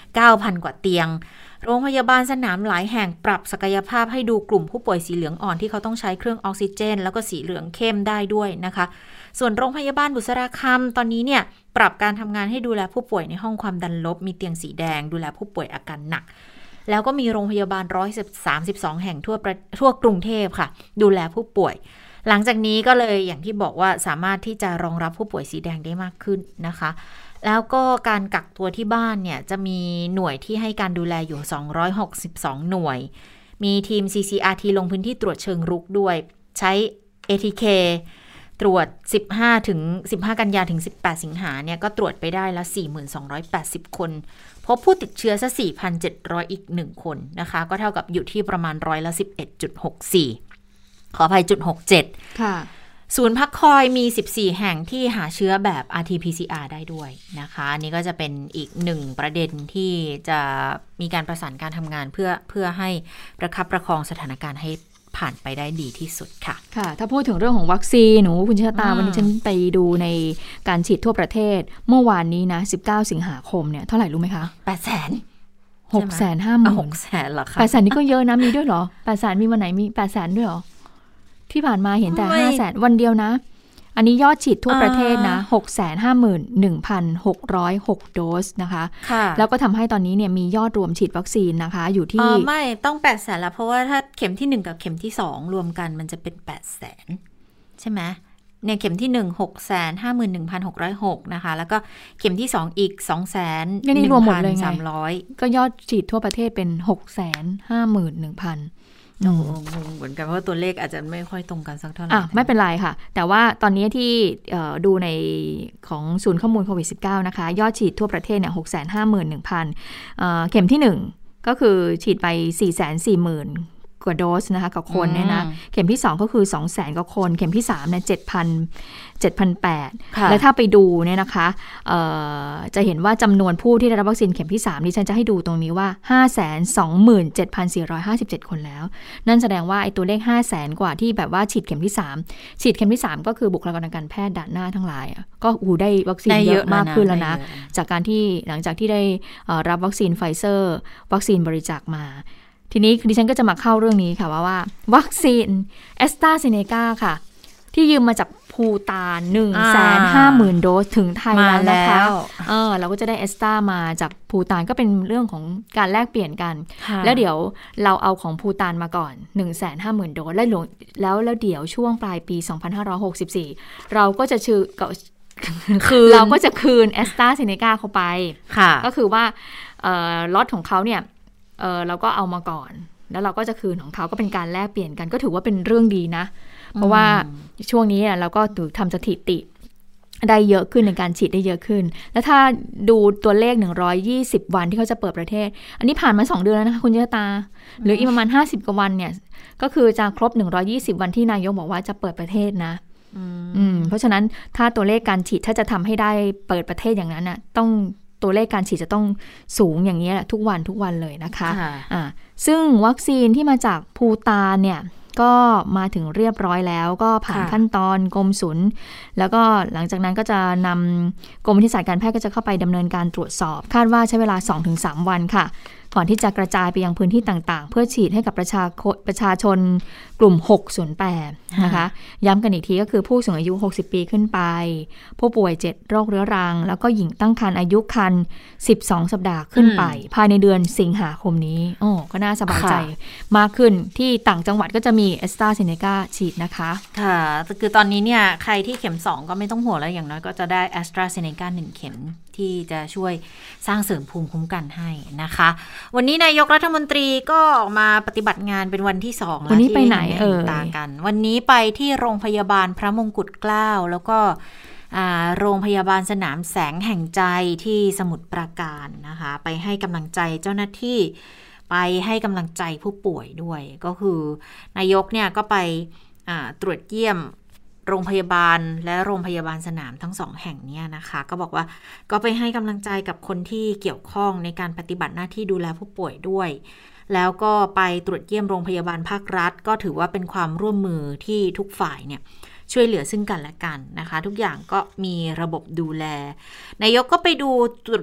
เก้าพัน กว่าเตียงโรงพยาบาลสนามหลายแห่งปรับศักยภาพให้ดูกลุ่มผู้ป่วยสีเหลืองอ่อนที่เขาต้องใช้เครื่องออกซิเจนแล้วก็สีเหลืองเข้มได้ด้วยนะคะส่วนโรงพยาบาลบุษราคำตอนนี้เนี่ยปรับการทำงานให้ดูแลผู้ป่วยในห้องความดันลบมีเตียงสีแดงดูแลผู้ป่วยอาการหนักแล้วก็มีโรงพยาบาลหนึ่งร้อยสามสิบสองแห่งทั่วทั่วกรุงเทพค่ะดูแลผู้ป่วยหลังจากนี้ก็เลยอย่างที่บอกว่าสามารถที่จะรองรับผู้ป่วยสีแดงได้มากขึ้นนะคะแล้วก็การกักตัวที่บ้านเนี่ยจะมีหน่วยที่ให้การดูแลอยู่สองร้อยหกสิบสองหน่วยมีทีม ซี ซี อาร์ ที ลงพื้นที่ตรวจเชิงรุกด้วยใช้ เอ ที เค ตรวจสิบห้าถึงสิบห้ากันยาถึงสิบแปดสิงหาเนี่ยก็ตรวจไปได้ละ สี่พันสองร้อยแปดสิบ คนพบผู้ติดเชื้อซะ สี่พันเจ็ดร้อย อีกหนึ่งคนนะคะก็เท่ากับอยู่ที่ประมาณร้อยละ สิบเอ็ดจุดหกสี่ ขออภัยจุดหกเจ็ดค่ะศูนย์พักคอยมีสิบสี่แห่งที่หาเชื้อแบบ อาร์ ที พี ซี อาร์ ได้ด้วยนะคะอันนี้ก็จะเป็นอีกหนึ่งประเด็นที่จะมีการประสานการทำงานเพื่อเพื่อให้ประคับประคองสถานการณ์ให้ผ่านไปได้ดีที่สุดค่ะค่ะถ้าพูดถึงเรื่องของวัคซีนหนูคุณชะตาวันนี้ฉันไปดูในการฉีดทั่วประเทศเมื่อวานนี้นะสิบเก้าสิงหาคมเนี่ยเท่าไหร่รู้ไหมคะแปดแสนหกแสนห้าหมื่นหกแสนเหรอคะแปดแสนนี่ก็เยอะนะมีด้วยเหรอแปดแสนมีวันไหนมีแปดแสนด้วยเหรอที่ผ่านมาเห็นแต่ห้าแสนวันเดียวนะอันนี้ยอดฉีดทั่วประเทศนะ หกแสนห้าหมื่นหนึ่งพันหกร้อยหก โดสนะคะแล้วก็ทำให้ตอนนี้เนี่ยมียอดรวมฉีดวัคซีนนะคะอยู่ที่อ๋อไม่ต้องแปดแสนละเพราะว่าถ้าเข็มที่หนึ่งกับเข็มที่สองรวมกันมันจะเป็นแปดแสนใช่ไหมเนี่ยเข็มที่หนึ่ง หกแสนห้าหมื่นหนึ่งพันหกร้อยหกนะคะแล้วก็เข็มที่สองอีก สองแสนหนึ่งพันสามร้อยก็ยอดฉีดทั่วประเทศเป็น หกแสนห้าหมื่นหนึ่งพันโอ้งงเหมือนกันเพราะตัวเลขอาจจะไม่ค่อยตรงกันสักเท่าไหร่อ่ะไม่เป็นไรค่ะแต่ว่าตอนนี้ที่ดูในของศูนย์ข้อมูลโควิด สิบเก้า นะคะยอดฉีดทั่วประเทศเนี่ย หกแสนห้าหมื่นหนึ่งพัน เข็มที่หนึ่งก็คือฉีดไป สี่แสนสี่หมื่น กว่าโดสนะคะกับคนเนี่ยนะเข็มที่สองก็คือ สองแสน กว่าคนเข็มที่สามเนี่ย เจ็ดพัน เจ็ดพันแปดร้อย แล้วถ้าไปดูเนี่ยนะคะจะเห็นว่าจำนวนผู้ที่ได้รับวัคซีนเข็มที่สามนี่ฉันจะให้ดูตรงนี้ว่า ห้าแสนสองหมื่นเจ็ดพันสี่ร้อยห้าสิบเจ็ด คนแล้วนั่นแสดงว่าไอ้ตัวเลข ห้าแสน กว่าที่แบบว่าฉีดเข็มที่สามฉีดเข็มที่สามก็คือบุคลากรทางการแพทย์ด่านหน้าทั้งหลายก็อูได้วัคซีนเยอะมากขึ้นแล้วนะจากการที่หลังจากที่ได้รับวัคซีนไฟเซอร์วัคซีนบริจาคมาทีนี้ดิฉันก็จะมาเข้าเรื่องนี้ค่ะว่าว่าวัคซีนแอสตราเซเนกาค่ะที่ยืมมาจากภูฏาน หนึ่งแสนห้าหมื่น โดสถึงไทยแล้วนะคะเออเราก็จะได้แอสตรามาจากภูฏานก็เป็นเรื่องของการแลกเปลี่ยนกันแล้วเดี๋ยวเราเอาของภูฏานมาก่อน หนึ่งแสนห้าหมื่น โดสแล้วแล้วแล้วเดี๋ยวช่วงปลายปีสองพันห้าร้อยหกสิบสี่เราก็จะชื่อคือเราก็จะคืนแอสตราเซเนกาเข้าไปก็คือว่าล็อตของเขาเนี่ยเออเราก็เอามาก่อนแล้วเราก็จะคืนของเขาก็เป็นการแลกเปลี่ยนกันก็ถือว่าเป็นเรื่องดีนะเพราะว่าช่วงนี้เราก็ถือทำสถิติได้เยอะขึ้นในการฉีดได้เยอะขึ้นแล้วถ้าดูตัวเลขหนึ่งร้อยยี่สิบวันที่เขาจะเปิดประเทศอันนี้ผ่านมาสองเดือนแล้วนะคะคุณเจตาหรืออีกประมาณห้าสิบกว่าวันเนี่ยก็คือจะครบหนึ่งร้อยยี่สิบวันที่นายกบอกว่าจะเปิดประเทศนะอืมเพราะฉะนั้นถ้าตัวเลขการฉีดถ้าจะทำให้ได้เปิดประเทศอย่างนั้นน่ะต้องตัวเลขการฉีดจะต้องสูงอย่างนี้แหละทุกวันทุกวันเลยนะคะะซึ่งวัคซีนที่มาจากภูฏานเนี่ยก็มาถึงเรียบร้อยแล้วก็ผ่านขั้นตอนกรมศุลแล้วก็หลังจากนั้นก็จะนำกรมวิทยาศาสตร์การแพทย์ก็จะเข้าไปดำเนินการตรวจสอบคาดว่าใช้เวลา สองถึงสาม วันค่ะก่อนที่จะกระจายไปยังพื้นที่ต่างๆเพื่อฉีดให้กับประชาประชาชนกลุ่มหกศูนย์แปดนะคะย้ำกันอีกทีก็คือผู้สูงอายุหกสิบปีขึ้นไปผู้ป่วยเจ็ดโรคเรื้อรังแล้วก็หญิงตั้งครรภ์อายุครรภ์สิบสองสัปดาห์ขึ้นไปภายในเดือนสิงหาคมนี้โอ้ก็น่าสบายใจมากขึ้นที่ต่างจังหวัดก็จะมีแอสตราเซเนกาฉีดนะคะค่ะคือตอนนี้เนี่ยใครที่เข็มสองก็ไม่ต้องห่วงแล้วอย่างน้อยก็จะได้แอสตราเซเนกาหนึ่งเข็มที่จะช่วยสร้างเสริมภูมิคุ้มกันให้นะคะวันนี้นายกรัฐมนตรีก็ออกมาปฏิบัติงานเป็นวันที่สองแล้ววันนี้ไปไหนเอ่ยต่างกันวันนี้ไปที่โรงพยาบาลพระมงกุฎเกล้าแล้วก็โรงพยาบาลสนามแสงแห่งใจที่สมุทรปราการนะคะไปให้กำลังใจเจ้าหน้าที่ไปให้กำลังใจผู้ป่วยด้วยก็คือนายกเนี่ยก็ไปตรวจเยี่ยมโรงพยาบาลและโรงพยาบาลสนามทั้งสองแห่งนี้นะคะก็บอกว่าก็ไปให้กำลังใจกับคนที่เกี่ยวข้องในการปฏิบัติหน้าที่ดูแลผู้ป่วยด้วยแล้วก็ไปตรวจเยี่ยมโรงพยาบาลภาครัฐก็ถือว่าเป็นความร่วมมือที่ทุกฝ่ายเนี่ยช่วยเหลือซึ่งกันและกันนะคะทุกอย่างก็มีระบบดูแลนายกก็ไปดูจุด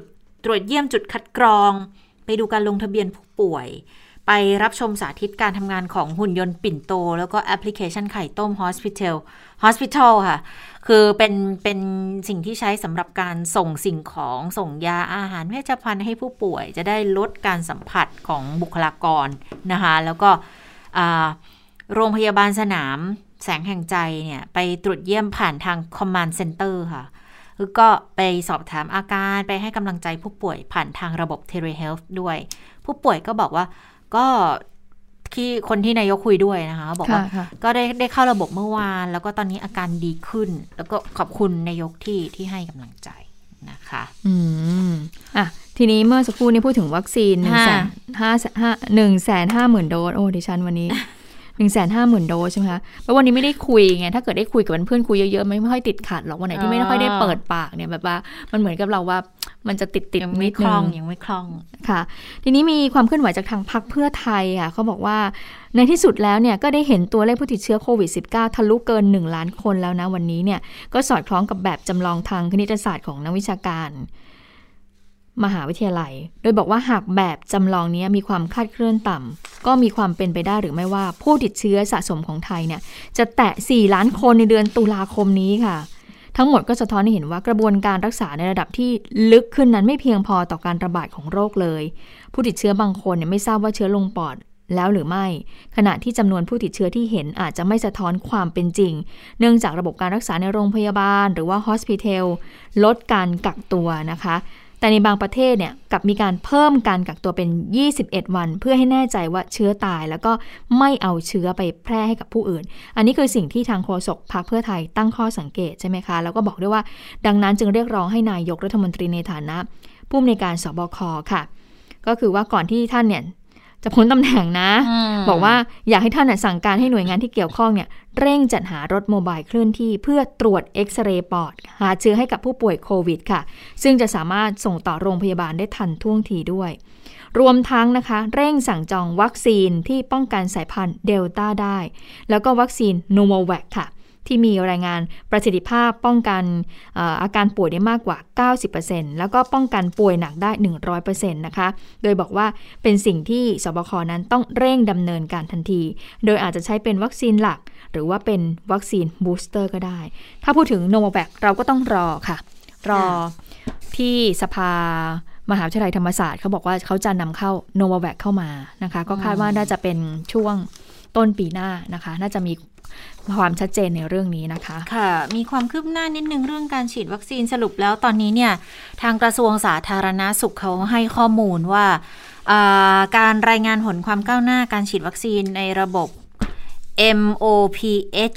ตรวจเยี่ยมจุดคัดกรองไปดูการลงทะเบียนผู้ป่วยไปรับชมสาธิตการทำงานของหุ่นยนต์ปิ่นโตแล้วก็แอปพลิเคชันไข่ต้ม Hospital Hospital ค่ะคือเป็นเป็นสิ่งที่ใช้สำหรับการส่งสิ่งของส่งยาอาหารเวชภัณฑ์ให้ผู้ป่วยจะได้ลดการสัมผัสของบุคลากรนะคะแล้วก็โรงพยาบาลสนามแสงแห่งใจเนี่ยไปตรวจเยี่ยมผ่านทาง Command Center ค่ะคือก็ไปสอบถามอาการไปให้กำลังใจผู้ป่วยผ่านทางระบบ Telehealth ด้วยผู้ป่วยก็บอกว่าก็ที่คนที่นายกคุยด้วยนะคะบอกว่าก็ได้ได้เข้าระบบเมื่อวานแล้วก็ตอนนี้อาการดีขึ้นแล้วก็ขอบคุณนายกที่ที่ให้กำลังใจนะคะอืมอ่ะทีนี้เมื่อสักครู่นี้พูดถึงวัคซีนหนึ่งแสนห้าห้าหนึ่งแสนห้าหมื่นโดสโอ้ดิฉันวันนี้หนึ่งแสนห้าหมื่นโดสใช่ไหมคะเพราะวันนี้ไม่ได้คุยไงถ้าเกิดได้คุยกับเพื่อนคุยเยอะๆไม่ค่อยติดขัดหรอกวันไหนที่ไม่ค่อยได้เปิดปากเนี่ยแบบว่ามันเหมือนกับเราว่ามันจะติดติดยังไม่คล่องยังไม่คล่องค่ะทีนี้มีความเคลื่อนไหวจากทางพรรคเพื่อไทยอ่ะเขาบอกว่าในที่สุดแล้วเนี่ยก็ได้เห็นตัวเลขผู้ติดเชื้อโควิด สิบเก้า ทะลุเกินหนึ่งล้านคนแล้วนะวันนี้เนี่ยก็สอดคล้องกับแบบจำลองทางคณิตศาสตร์ของนักวิชาการมหาวิทยาลัยโดยบอกว่าหากแบบจำลองนี้มีความคลาดเคลื่อนต่ำก็มีความเป็นไปได้หรือไม่ว่าผู้ติดเชื้อสะสมของไทยเนี่ยจะแตะสี่ล้านคนในเดือนตุลาคมนี้ค่ะทั้งหมดก็สะท้อนให้เห็นว่ากระบวนการรักษาในระดับที่ลึกขึ้นนั้นไม่เพียงพอต่อการระบาดของโรคเลยผู้ติดเชื้อบางคนเนี่ยไม่ทราบว่าเชื้อลงปอดแล้วหรือไม่ขณะที่จำนวนผู้ติดเชื้อที่เห็นอาจจะไม่สะท้อนความเป็นจริงเนื่องจากระบบการรักษาในโรงพยาบาลหรือว่า Hospital ลดการกักตัวนะคะแต่ในบางประเทศเนี่ยกลับมีการเพิ่มการกักตัวเป็นยี่สิบเอ็ดวันเพื่อให้แน่ใจว่าเชื้อตายแล้วก็ไม่เอาเชื้อไปแพร่ให้กับผู้อื่นอันนี้คือสิ่งที่ทางโฆษกพรรคเพื่อไทยตั้งข้อสังเกตใช่ไหมคะแล้วก็บอกด้วยว่าดังนั้นจึงเรียกร้องให้นายกรัฐมนตรีในฐานะผู้อำนวยการสบคค่ะก็คือว่าก่อนที่ท่านเนี่ยจะพ้นตำแหน่งนะบอกว่าอยากให้ท่านสั่งการให้หน่วยงานที่เกี่ยวข้องเนี่ยเร่งจัดหารถโมบายเคลื่อนที่เพื่อตรวจเอ็กซเรย์ปอดหาเชื้อให้กับผู้ป่วยโควิดค่ะซึ่งจะสามารถส่งต่อโรงพยาบาลได้ทันท่วงทีด้วยรวมทั้งนะคะเร่งสั่งจองวัคซีนที่ป้องกันสายพันธุ์เดลต้าได้แล้วก็วัคซีนโนโวแวคค่ะที่มีรายงานประสิทธิภาพป้องกันเอ่ออาการป่วยได้มากกว่า เก้าสิบเปอร์เซ็นต์ แล้วก็ป้องกันป่วยหนักได้ หนึ่งร้อยเปอร์เซ็นต์ นะคะโดยบอกว่าเป็นสิ่งที่สบคนั้นต้องเร่งดำเนินการทันทีโดยอาจจะใช้เป็นวัคซีนหลักหรือว่าเป็นวัคซีนบูสเตอร์ก็ได้ถ้าพูดถึงโนโวแวคเราก็ต้องรอค่ะรอที่สภามหาวิทยาลัยธรรมศาสตร์เขาบอกว่าเขาจะนำเข้าโนโวแวคเข้ามานะคะก็คาดว่าน่าจะเป็นช่วงต้นปีหน้านะคะน่าจะมีความชัดเจนในเรื่องนี้นะคะค่ะมีความคืบหน้านิดนึงเรื่องการฉีดวัคซีนสรุปแล้วตอนนี้เนี่ยทางกระทรวงสาธารณสุขเขาให้ข้อมูลว่าการรายงานผลความก้าวหน้าการฉีดวัคซีนในระบบ เอ็ม โอ พี เอช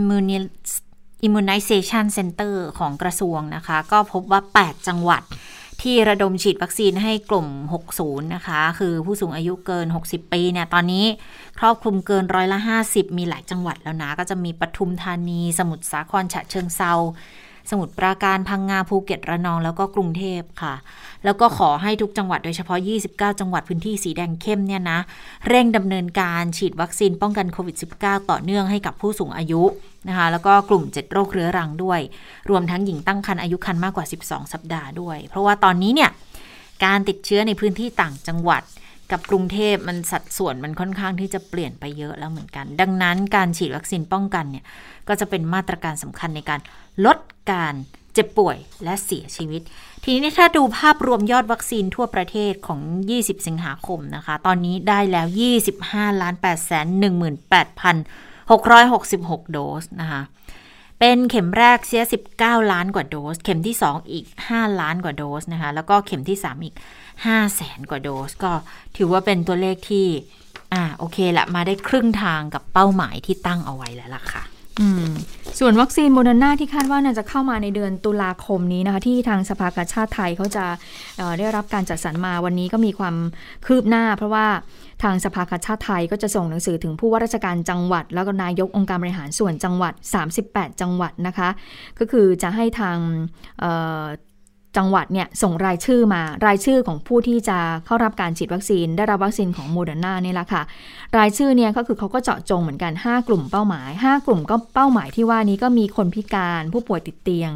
Immunization Center ของกระทรวงนะคะก็พบว่าแปดจังหวัดที่ระดมฉีดวัคซีนให้กลุ่มหกสิบนะคะคือผู้สูงอายุเกินหกสิบปีเนี่ยตอนนี้ครอบคลุมเกินร้อยละห้าสิบมีหลายจังหวัดแล้วนะก็จะมีปทุมธานีสมุทรสาครฉะเชิงเทราสมุทรปราการพังงาภูเก็ตระนองแล้วก็กรุงเทพค่ะแล้วก็ขอให้ทุกจังหวัดโดยเฉพาะยี่สิบเก้าจังหวัดพื้นที่สีแดงเข้มเนี่ยนะเร่งดำเนินการฉีดวัคซีนป้องกันโควิด สิบเก้า ต่อเนื่องให้กับผู้สูงอายุนะคะแล้วก็กลุ่มเจ็ดโรคเรื้อรังด้วยรวมทั้งหญิงตั้งครรภ์อายุครรภ์มากกว่าสิบสองสัปดาห์ด้วยเพราะว่าตอนนี้เนี่ยการติดเชื้อในพื้นที่ต่างจังหวัดกับกรุงเทพมันสัดส่วนมันค่อนข้างที่จะเปลี่ยนไปเยอะแล้วเหมือนกันดังนั้นการฉีดวัคซีนป้องกันเนี่ยก็จะเป็นมาตรการสำคัญในการลดการเจ็บป่วยและเสียชีวิตทีนี้ถ้าดูภาพรวมยอดวัคซีนทั่วประเทศของยี่สิบสิงหาคมนะคะตอนนี้ได้แล้ว ยี่สิบห้าล้านแปดแสนหนึ่งหมื่นแปดพันหกร้อยหกสิบหก โดสนะคะเป็นเข็มแรกเสียสิบเก้าล้านกว่าโดสเข็มที่สองอีกห้าล้านกว่าโดสนะคะแล้วก็เข็มที่สามอีกห้าแสนกว่าโดสก็ถือว่าเป็นตัวเลขที่อ่าโอเคละมาได้ครึ่งทางกับเป้าหมายที่ตั้งเอาไว้แล้วล่ะค่ะอืมส่วนวัคซีนโมเดอร์นาที่คาดว่าน่าจะเข้ามาในเดือนตุลาคมนี้นะคะที่ทางสภากาชาดไทยเขาจะเอ่อได้รับการจัดสรรมาวันนี้ก็มีความคืบหน้าเพราะว่าทางสภากาชาดไทยก็จะส่งหนังสือถึงผู้ว่าราชการจังหวัดแล้วก็นายกองค์การบริหารส่วนจังหวัดสามสิบแปดจังหวัดนะคะก็คือจะให้ทางเอ่อจังหวัดเนี่ยส่งรายชื่อมารายชื่อของผู้ที่จะเข้ารับการฉีดวัคซีนได้รับวัคซีนของโมเดอร์นานี่แหละค่ะรายชื่อเนี่ยก็คือเขาก็เจาะจงเหมือนกันห้ากลุ่มเป้าหมายห้ากลุ่มก็เป้าหมายที่ว่านี้ก็มีคนพิการผู้ป่วยติดเตียง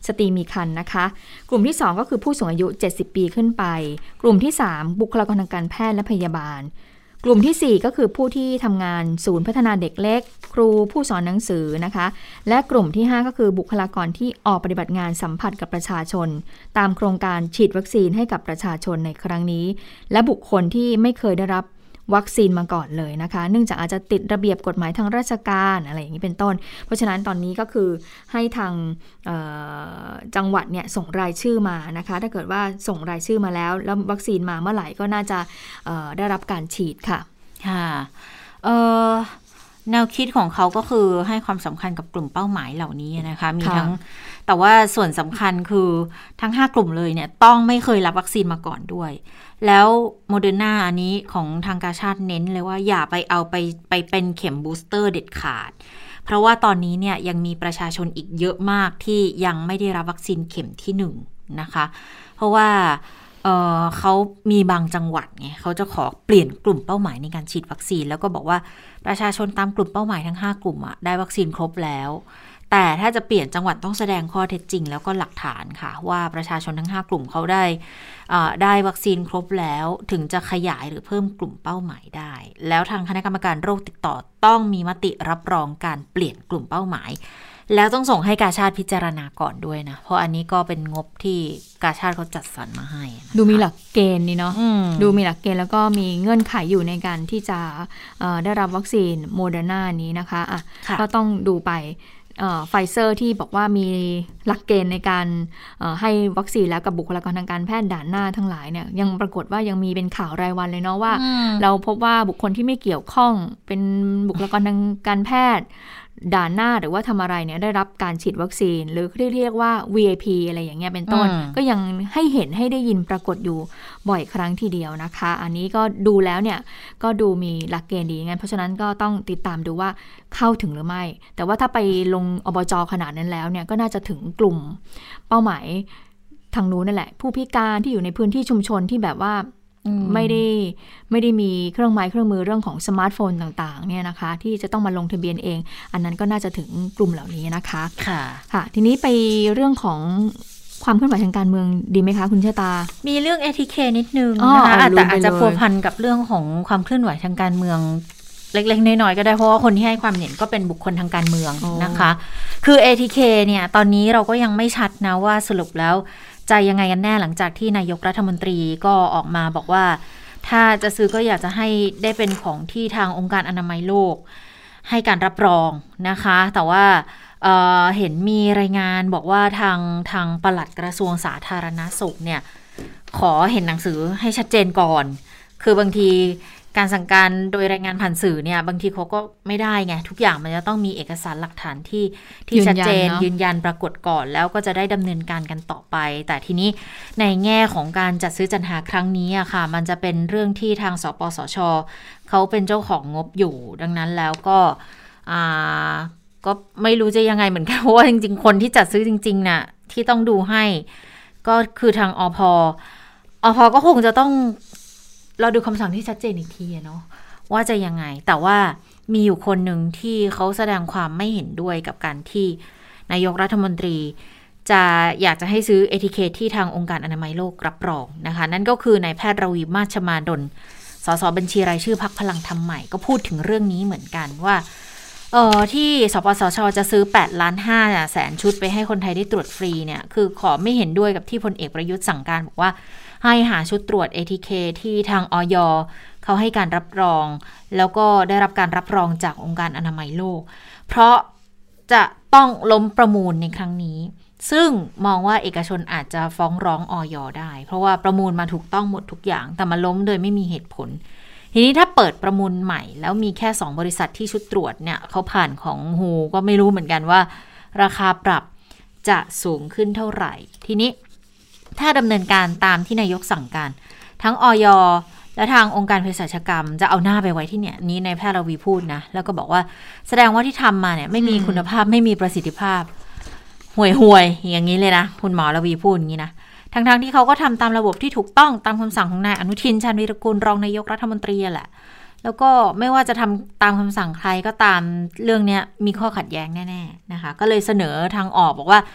สตรีมีครรภ์นะคะกลุ่มที่สองก็คือผู้สูงอายุเจ็ดสิบปีขึ้นไปกลุ่มที่สามบุคลากรทางการแพทย์และพยาบาลกลุ่มที่สี่ก็คือผู้ที่ทำงานศูนย์พัฒนาเด็กเล็กครูผู้สอนหนังสือนะคะและกลุ่มที่ห้าก็คือบุคลากรที่ออกปฏิบัติงานสัมผัสกับประชาชนตามโครงการฉีดวัคซีนให้กับประชาชนในครั้งนี้และบุคคลที่ไม่เคยได้รับวัคซีนมาก่อนเลยนะคะเนื่องจากอาจจะติดระเบียบกฎหมายทางราชการอะไรอย่างนี้เป็นต้นเพราะฉะนั้นตอนนี้ก็คือให้ทางจังหวัดเนี่ยส่งรายชื่อมานะคะถ้าเกิดว่าส่งรายชื่อมาแล้วแล้ววัคซีนมาเมื่อไหร่ก็น่าจะได้รับการฉีดค่ะค่ะแนวคิดของเขาก็คือให้ความสำคัญกับกลุ่มเป้าหมายเหล่านี้นะคะมีทั้งแต่ว่าส่วนสำคัญคือทั้งห้ากลุ่มเลยเนี่ยต้องไม่เคยรับวัคซีนมาก่อนด้วยแล้วโมเดอร์นาอันนี้ของทางกาชาดเน้นเลยว่าอย่าไปเอาไปไปเป็นเข็มบูสเตอร์เด็ดขาดเพราะว่าตอนนี้เนี่ยยังมีประชาชนอีกเยอะมากที่ยังไม่ได้รับวัคซีนเข็มที่หนึ่งนะคะเพราะว่าเอ่อเขามีบางจังหวัดไงเขาจะขอเปลี่ยนกลุ่มเป้าหมายในการฉีดวัคซีนแล้วก็บอกว่าประชาชนตามกลุ่มเป้าหมายทั้งห้ากลุ่มอะได้วัคซีนครบแล้วแต่ถ้าจะเปลี่ยนจังหวัดต้องแสดงข้อเท็จจริงแล้วก็หลักฐานค่ะว่าประชาชนทั้งห้ากลุ่มเขาได้ได้วัคซีนครบแล้วถึงจะขยายหรือเพิ่มกลุ่มเป้าหมายได้แล้วทางคณะกรรมการโรคติดต่อต้องมีมติรับรองการเปลี่ยนกลุ่มเป้าหมายแล้วต้องส่งให้กาชาดพิจารณาก่อนด้วยนะเพราะอันนี้ก็เป็นงบที่กาชาดเขาจัดสรรมาให้ดูมีหลักเกณฑ์นี่เนาะดูมีหลักเกณฑ์แล้วก็มีเงื่อนไขอยู่ในการที่จะได้รับวัคซีนโมเดอร์นานี้นะคะอ่ะก็ต้องดูไปไฟเซอร์ที่บอกว่ามีหลักเกณฑ์ในการให้วัคซีนแล้วกับบุคลากรทางการแพทย์ด่านหน้าทั้งหลายเนี่ยยังปรากฏว่ายังมีเป็นข่าวรายวันเลยเนาะว่าเราพบว่าบุคคลที่ไม่เกี่ยวข้องเป็นบุคลากรทางการแพทย์ด่านหน้าหรือว่าทำอะไรเนี่ยได้รับการฉีดวัคซีนหรือที่เรียกว่า วี ไอ พี อะไรอย่างเงี้ยเป็นต้นก็ยังให้เห็นให้ได้ยินปรากฏอยู่บ่อยครั้งทีเดียวนะคะอันนี้ก็ดูแล้วเนี่ยก็ดูมีหลักเกณฑ์ดีงั้นเพราะฉะนั้นก็ต้องติดตามดูว่าเข้าถึงหรือไม่แต่ว่าถ้าไปลงอบจ.ขนาดนั้นแล้วเนี่ยก็น่าจะถึงกลุ่มเป้าหมายทางนู้นนั่นแหละผู้พิการที่อยู่ในพื้นที่ชุมชนที่แบบว่าไม่ได้ไม่ได้มีเครื่องไม้เครื่องมือเรื่องของสมาร์ทโฟนต่างๆเนี่ยนะคะที่จะต้องมาลงทะเบียนเองอันนั้นก็น่าจะถึงกลุ่มเหล่านี้นะคะค่ะค่ะทีนี้ไปเรื่องของความเคลื่อนไหวทางการเมืองดีไหมคะคุณเชษตามีเรื่อง เอ ที เค นิดนึงนะคะแต่อาจจะพัวพันกับเรื่องของความเคลื่อนไหวทางการเมืองเล็กๆน้อยๆก็ได้เพราะว่าคนที่ให้ความเห็นก็เป็นบุคคลทางการเมืองนะคะคือ เอ ที เค เนี่ยตอนนี้เราก็ยังไม่ชัดนะว่าสรุปแล้วใจยังไงกันแน่หลังจากที่นายกรัฐมนตรีก็ออกมาบอกว่าถ้าจะซื้อก็อยากจะให้ได้เป็นของที่ทางองค์การอนามัยโลกให้การรับรองนะคะแต่ว่า เ, เห็นมีรายงานบอกว่าทางทางปลัดกระทรวงสาธารณสุขเนี่ยขอเห็นหนังสือให้ชัดเจนก่อนคือบางทีการสั่งการโดยรายงานผ่านสื่อเนี่ยบางทีเขาก็ไม่ได้ไงทุกอย่างมันจะต้องมีเอกสารหลักฐานที่ที่ชัดเจนยืนยันปรากฏก่อนแล้วก็จะได้ดำเนินการกันต่อไปแต่ทีนี้ในแง่ของการจัดซื้อจัดหาครั้งนี้อะค่ะมันจะเป็นเรื่องที่ทางสปสช.เขาเป็นเจ้าของงบอยู่ดังนั้นแล้วก็อ่าก็ไม่รู้จะยังไงเหมือนกันเพราะว่าจริงๆคนที่จัดซื้อจริงๆน่ะที่ต้องดูให้ก็คือทางอภอภก็คงจะต้องเราดูคำสั่งที่ชัดเจนอีกทีเนาะว่าจะยังไงแต่ว่ามีอยู่คนหนึ่งที่เขาแสดงความไม่เห็นด้วยกับการที่นายกรัฐมนตรีจะอยากจะให้ซื้อ เอ ที เค ที่ทางองค์การอนามัยโลกรับรองนะคะนั่นก็คือนายแพทย์รวีมาชมาดลสสบัญชีรายชื่อพรรคพลังธรรมใหม่ก็พูดถึงเรื่องนี้เหมือนกันว่าเออที่สปสช.จะซื้อแปดล้านห้าแสนชุดไปให้คนไทยได้ตรวจฟรีเนี่ยคือขอไม่เห็นด้วยกับที่พลเอกประยุทธ์สั่งการบอกว่าให้หาชุดตรวจ เอ ที เค ที่ทางอย.เขาให้การรับรองแล้วก็ได้รับการรับรองจากองค์การอนามัยโลกเพราะจะต้องล้มประมูลในครั้งนี้ซึ่งมองว่าเอกชนอาจจะฟ้องร้องอย.ได้เพราะว่าประมูลมาถูกต้องหมดทุกอย่างแต่มาล้มโดยไม่มีเหตุผลทีนี้ถ้าเปิดประมูลใหม่แล้วมีแค่สองบริษัทที่ชุดตรวจเนี่ยเขาผ่านของฮูก็ไม่รู้เหมือนกันว่าราคาปรับจะสูงขึ้นเท่าไหร่ทีนี้ถ้าดำเนินการตามที่นายกสั่งการทั้งอย.และทางองค์การเภสัชกรรมจะเอาหน้าไปไว้ที่เนี่ยนี้ในแพทย์รวีพูดนะแล้วก็บอกว่าแสดงว่าที่ทำมาเนี่ยไม่มีคุณภาพไม่มีประสิทธิภาพห่วยห่วยอย่างนี้เลยนะคุณหมอรวีพูดอย่างนี้นะทั้งๆ ท, ที่เขาก็ทำตามระบบที่ถูกต้องตามคำสั่งของนายอนุทินชาญวีรกูลรองนายกรัฐมนตรีแหละแล้วก็ไม่ว่าจะทำตามคำสั่งใครก็ตามเรื่องนี้มีข้อขัดแย้งแน่ๆนะคะก็เลยเสนอทางออกบอกว่า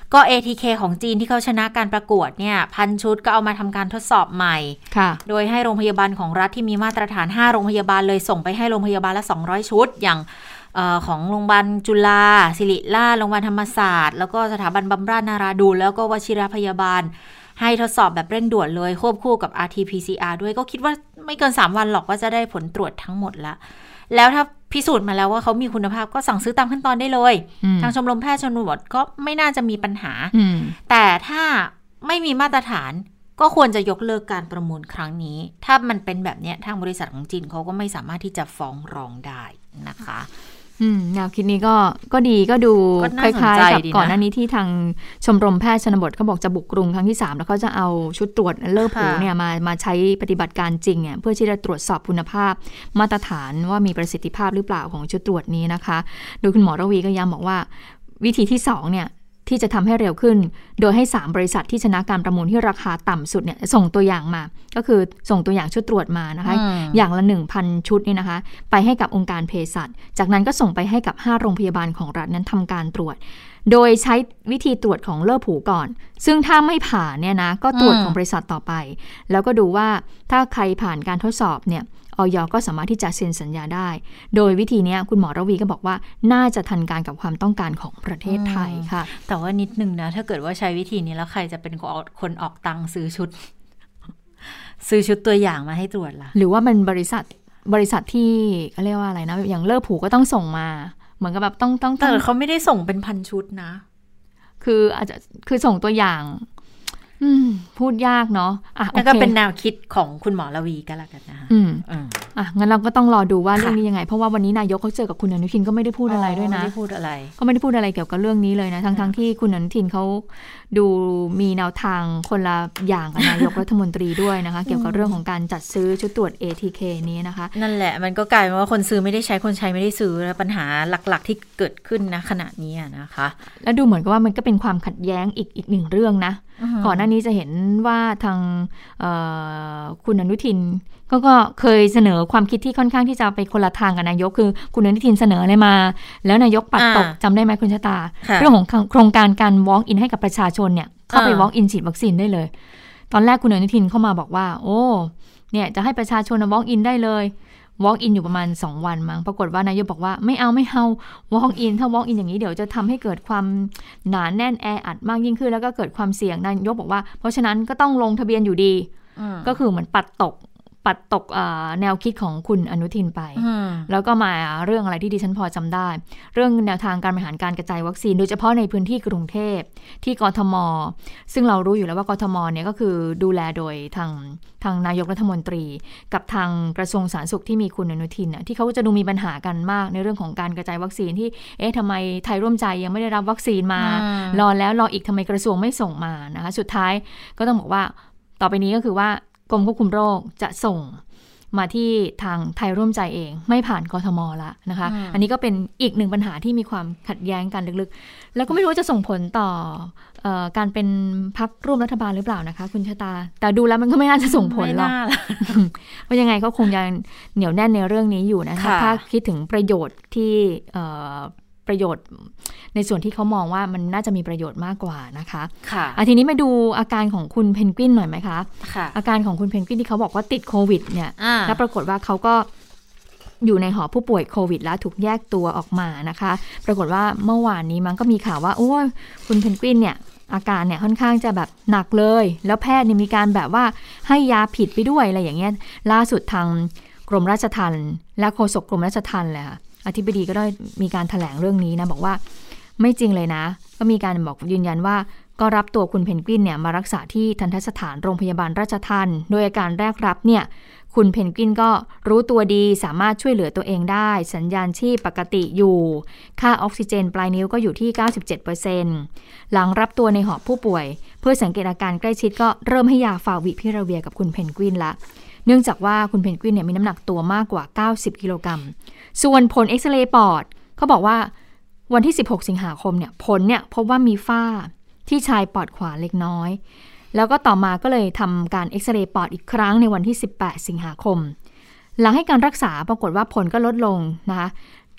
ก็ เอ ที เค ของจีนที่เขาชนะการประกวดเนี่ยพันชุดก็เอามาทำการทดสอบใหม่โดยให้โรงพยาบาลของรัฐที่มีมาตรฐานห้าโรงพยาบาลเลยส่งไปให้โรงพยาบาลละสองร้อยชุดอย่างเอ่อของโรงพยาบาลจุฬาศิริราชโรงพยาบาลธรรมศาสตร์แล้วก็สถาบันบำราศนาราดูนแล้วก็วชิรพยาบาลให้ทดสอบแบบเร่งด่วนเลยควบคู่กับ อาร์ ที พี ซี อาร์ ด้วยก็คิดว่าไม่เกินสามวันหรอกว่าจะได้ผลตรวจทั้งหมดละแล้วถ้าพิสูจน์มาแล้วว่าเขามีคุณภาพก็สั่งซื้อตามขั้นตอนได้เลยทางชมรมแพทย์ชนบทก็ไม่น่าจะมีปัญหาแต่ถ้าไม่มีมาตรฐานก็ควรจะยกเลิกการประมูลครั้งนี้ถ้ามันเป็นแบบนี้ทางบริษัทของจีนเขาก็ไม่สามารถที่จะฟ้องร้องได้นะคะอืมแนวคิดนี้ก็ก็ดีก็ดูคล้ายๆกับก่อนหน้านี้ที่ทางชมรมแพทย์ชนบทเขาบอกจะบุกกรุงครั้งที่สามแล้วเขาจะเอาชุดตรวจเลือดหูเนี่ยมามาใช้ปฏิบัติการจริงเนี่ยเพื่อที่จะตรวจสอบคุณภาพมาตรฐานว่ามีประสิทธิภาพหรือเปล่าของชุดตรวจนี้นะคะโดยคุณหมอระวีก็ย้ำบอกว่าวิธีที่สองเนี่ยที่จะทำให้เร็วขึ้นโดยให้สามบริษัทที่ชนะการประมูลที่ราคาต่ำสุดเนี่ยส่งตัวอย่างมาก็คือส่งตัวอย่างชุดตรวจมานะคะ อ, อย่างละ หนึ่งพัน ชุดนี่นะคะไปให้กับองค์การเภสัชจากนั้นก็ส่งไปให้กับห้าโรงพยาบาลของรัฐนั้นทำการตรวจโดยใช้วิธีตรวจของเลือดหูก่อนซึ่งถ้าไม่ผ่านเนี่ยนะก็ตรวจของบริษัทต่อไปแล้วก็ดูว่าถ้าใครผ่านการทดสอบเนี่ยอย.ก็สามารถที่จะเซ็นสัญญาได้โดยวิธีนี้คุณหมอระวีก็บอกว่าน่าจะทันการกับความต้องการของประเทศไทยค่ะแต่ว่านิดนึงนะถ้าเกิดว่าใช้วิธีนี้แล้วใครจะเป็นคนออกตังค์ซื้อชุดซื้อชุดตัวอย่างมาให้ตรวจล่ะหรือว่ามันบริษัทบริษัทที่เขาเรียกว่าอะไรนะอย่างเลิกผูก็ต้องส่งมาเหมือนกับแบบต้องต้องแต่เขาไม่ได้ส่งเป็นพันชุดนะคืออาจจะคือส่งตัวอย่างพูดยากเนาะอ่ะแล้วก็เป็นแนวคิดของคุณหมอระวีก็แล้วกันนะคะอืมอ่ะงั้นเราก็ต้องรอดูว่าเรื่องนี้ยังไงเพราะว่าวันนี้นายกเขาเจอกับคุณอนุทินก็ไม่ได้พูดอะไรด้วยนะไม่ได้พูดอะไรก็ไม่ได้พูดอะไรเกี่ยวกับเรื่องนี้เลยนะทั้งๆที่คุณอนุทินเขาดูมีแนวทางคนละอย่างกับนายกรัฐมนตรีด้วยนะคะเกี่ยวกับเรื่องของการจัดซื้อชุดตรวจ เอ ที เค นี้นะคะนั่นแหละมันก็กลายเป็นว่าคนซื้อไม่ได้ใช้คนใช้ไม่ได้ซื้อแล้วปัญหาหลักๆที่เกิดขึ้นนะขณะนี้นะคะแล้วดูเหมือนกับว่ามันก็เป็นความขัดแย้งอีกอีกหนึ่งเรื่องนะก่อนหน้านี้จะเห็นว่าทางคุณอนุทินก็ก็เคยเสนอความคิดที่ค่อนข้างที่จะไปคนละทางกับนายกคือคุณอนุทินเสนออะไรมาแล้วนายกปัดตกจำได้ไหมคุณชะตาเรื่องของโครงการการ walk in ให้กับประชาชนเนี่ยเข้าไป walk in ฉีดวัคซีนได้เลยตอนแรกคุณอนุทินเข้ามาบอกว่าโอ้เนี่ยจะให้ประชาชน walk in ได้เลยwalk in อยู่ประมาณสองวันมั้งปรากฏว่านายกบอกว่าไม่เอาไม่เอา walk in ถ้า walk in อย่างนี้เดี๋ยวจะทำให้เกิดความหนาแน่นแออัดมากยิ่งขึ้นแล้วก็เกิดความเสี่ยงนายกบอกว่าเพราะฉะนั้นก็ต้องลงทะเบียนอยู่ดีก็คือเหมือนปัดตกปัดตกแนวคิดของคุณอนุทินไปแล้วก็มาเรื่องอะไรที่ดิฉันพอจำได้เรื่องแนวทางการบริหารการกระจายวัคซีนโดยเฉพาะในพื้นที่กรุงเทพที่กทมซึ่งเรารู้อยู่แล้วว่ากทมเนี่ยก็คือดูแลโดยทางทางนายกรัฐมนตรีกับทางกระทรวงสาธารณสุขที่มีคุณอนุทินที่เขาจะดูมีปัญหากันมากในเรื่องของการกระจายวัคซีนที่เอ๊ะทำไมไทยร่วมใจยังไม่ได้รับวัคซีนมารอแล้วรออีกทำไมกระทรวงไม่ส่งมานะคะสุดท้ายก็ต้องบอกว่าต่อไปนี้ก็คือว่ากรมควบคุมโรคจะส่งมาที่ทางไทยร่วมใจเองไม่ผ่านกทมละนะคะ อ, อันนี้ก็เป็นอีกหนึ่งปัญหาที่มีความขัดแย้งกันลึกๆแล้วก็ไม่รู้ว่าจะส่งผลต่อเอ่อการเป็นพรรคร่วมรัฐบาลหรือเปล่านะคะคุณชะตาแต่ดูแล้วมันก็ไม่น่าจะส่งผลหรอกเพราะยังไงก็คงยังเหนียวแน่นในเรื่องนี้อยู่นะคะถ้าคิดถึงประโยชน์ที่เอ่อประโยชน์ในส่วนที่เขามองว่ามันน่าจะมีประโยชน์มากกว่านะคะค่ะทีนี้มาดูอาการของคุณเพนกวินหน่อยไหมคะค่ะอาการของคุณเพนกวินที่เขาบอกว่าติดโควิดเนี่ยแล้วปรากฏว่าเขาก็อยู่ในหอผู้ป่วยโควิดแล้วถูกแยกตัวออกมานะคะปรากฏว่าเมื่อวานนี้มันก็มีข่าวว่าโอ้คุณเพนกวินเนี่ยอาการเนี่ยค่อนข้างจะแบบหนักเลยแล้วแพทย์เนี่ยมีการแบบว่าให้ยาผิดไปด้วยอะไรอย่างเงี้ยล่าสุดทางกรมราชทัณฑ์และโฆษกกรมราชทัณฑ์เลยค่ะอธิบดีก็ได้มีการแถลงเรื่องนี้นะบอกว่าไม่จริงเลยนะก็มีการบอกยืนยันว่าก็รับตัวคุณเพนกวินเนี่ยมารักษาที่ทันตสถานโรงพยาบาลราชทัณฑ์โดยอาการแรกรับเนี่ยคุณเพนกวินก็รู้ตัวดีสามารถช่วยเหลือตัวเองได้สัญญาณชีพปกติอยู่ค่าออกซิเจนปลายนิ้วก็อยู่ที่ เก้าสิบเจ็ดเปอร์เซ็นต์ หลังรับตัวในหอผู้ป่วยเพื่อสังเกตอาการใกล้ชิดก็เริ่มให้ยาฟาวิพิราเวียกับคุณเพนกวินละเนื่องจากว่าคุณเพนกวินเนี่ยมีน้ำหนักตัวมากกว่าเก้าสิบกิโลกรัมส่วนผลเอ็กซเรย์ปอดเขาบอกว่าวันที่สิบหกสิงหาคมเนี่ยผลเนี่ยพบว่ามีฝ้าที่ชายปอดขวาเล็กน้อยแล้วก็ต่อมาก็เลยทำการเอ็กซเรย์ปอดอีกครั้งในวันที่สิบแปดสิงหาคมหลังให้การรักษาปรากฏว่าผลก็ลดลงนะคะ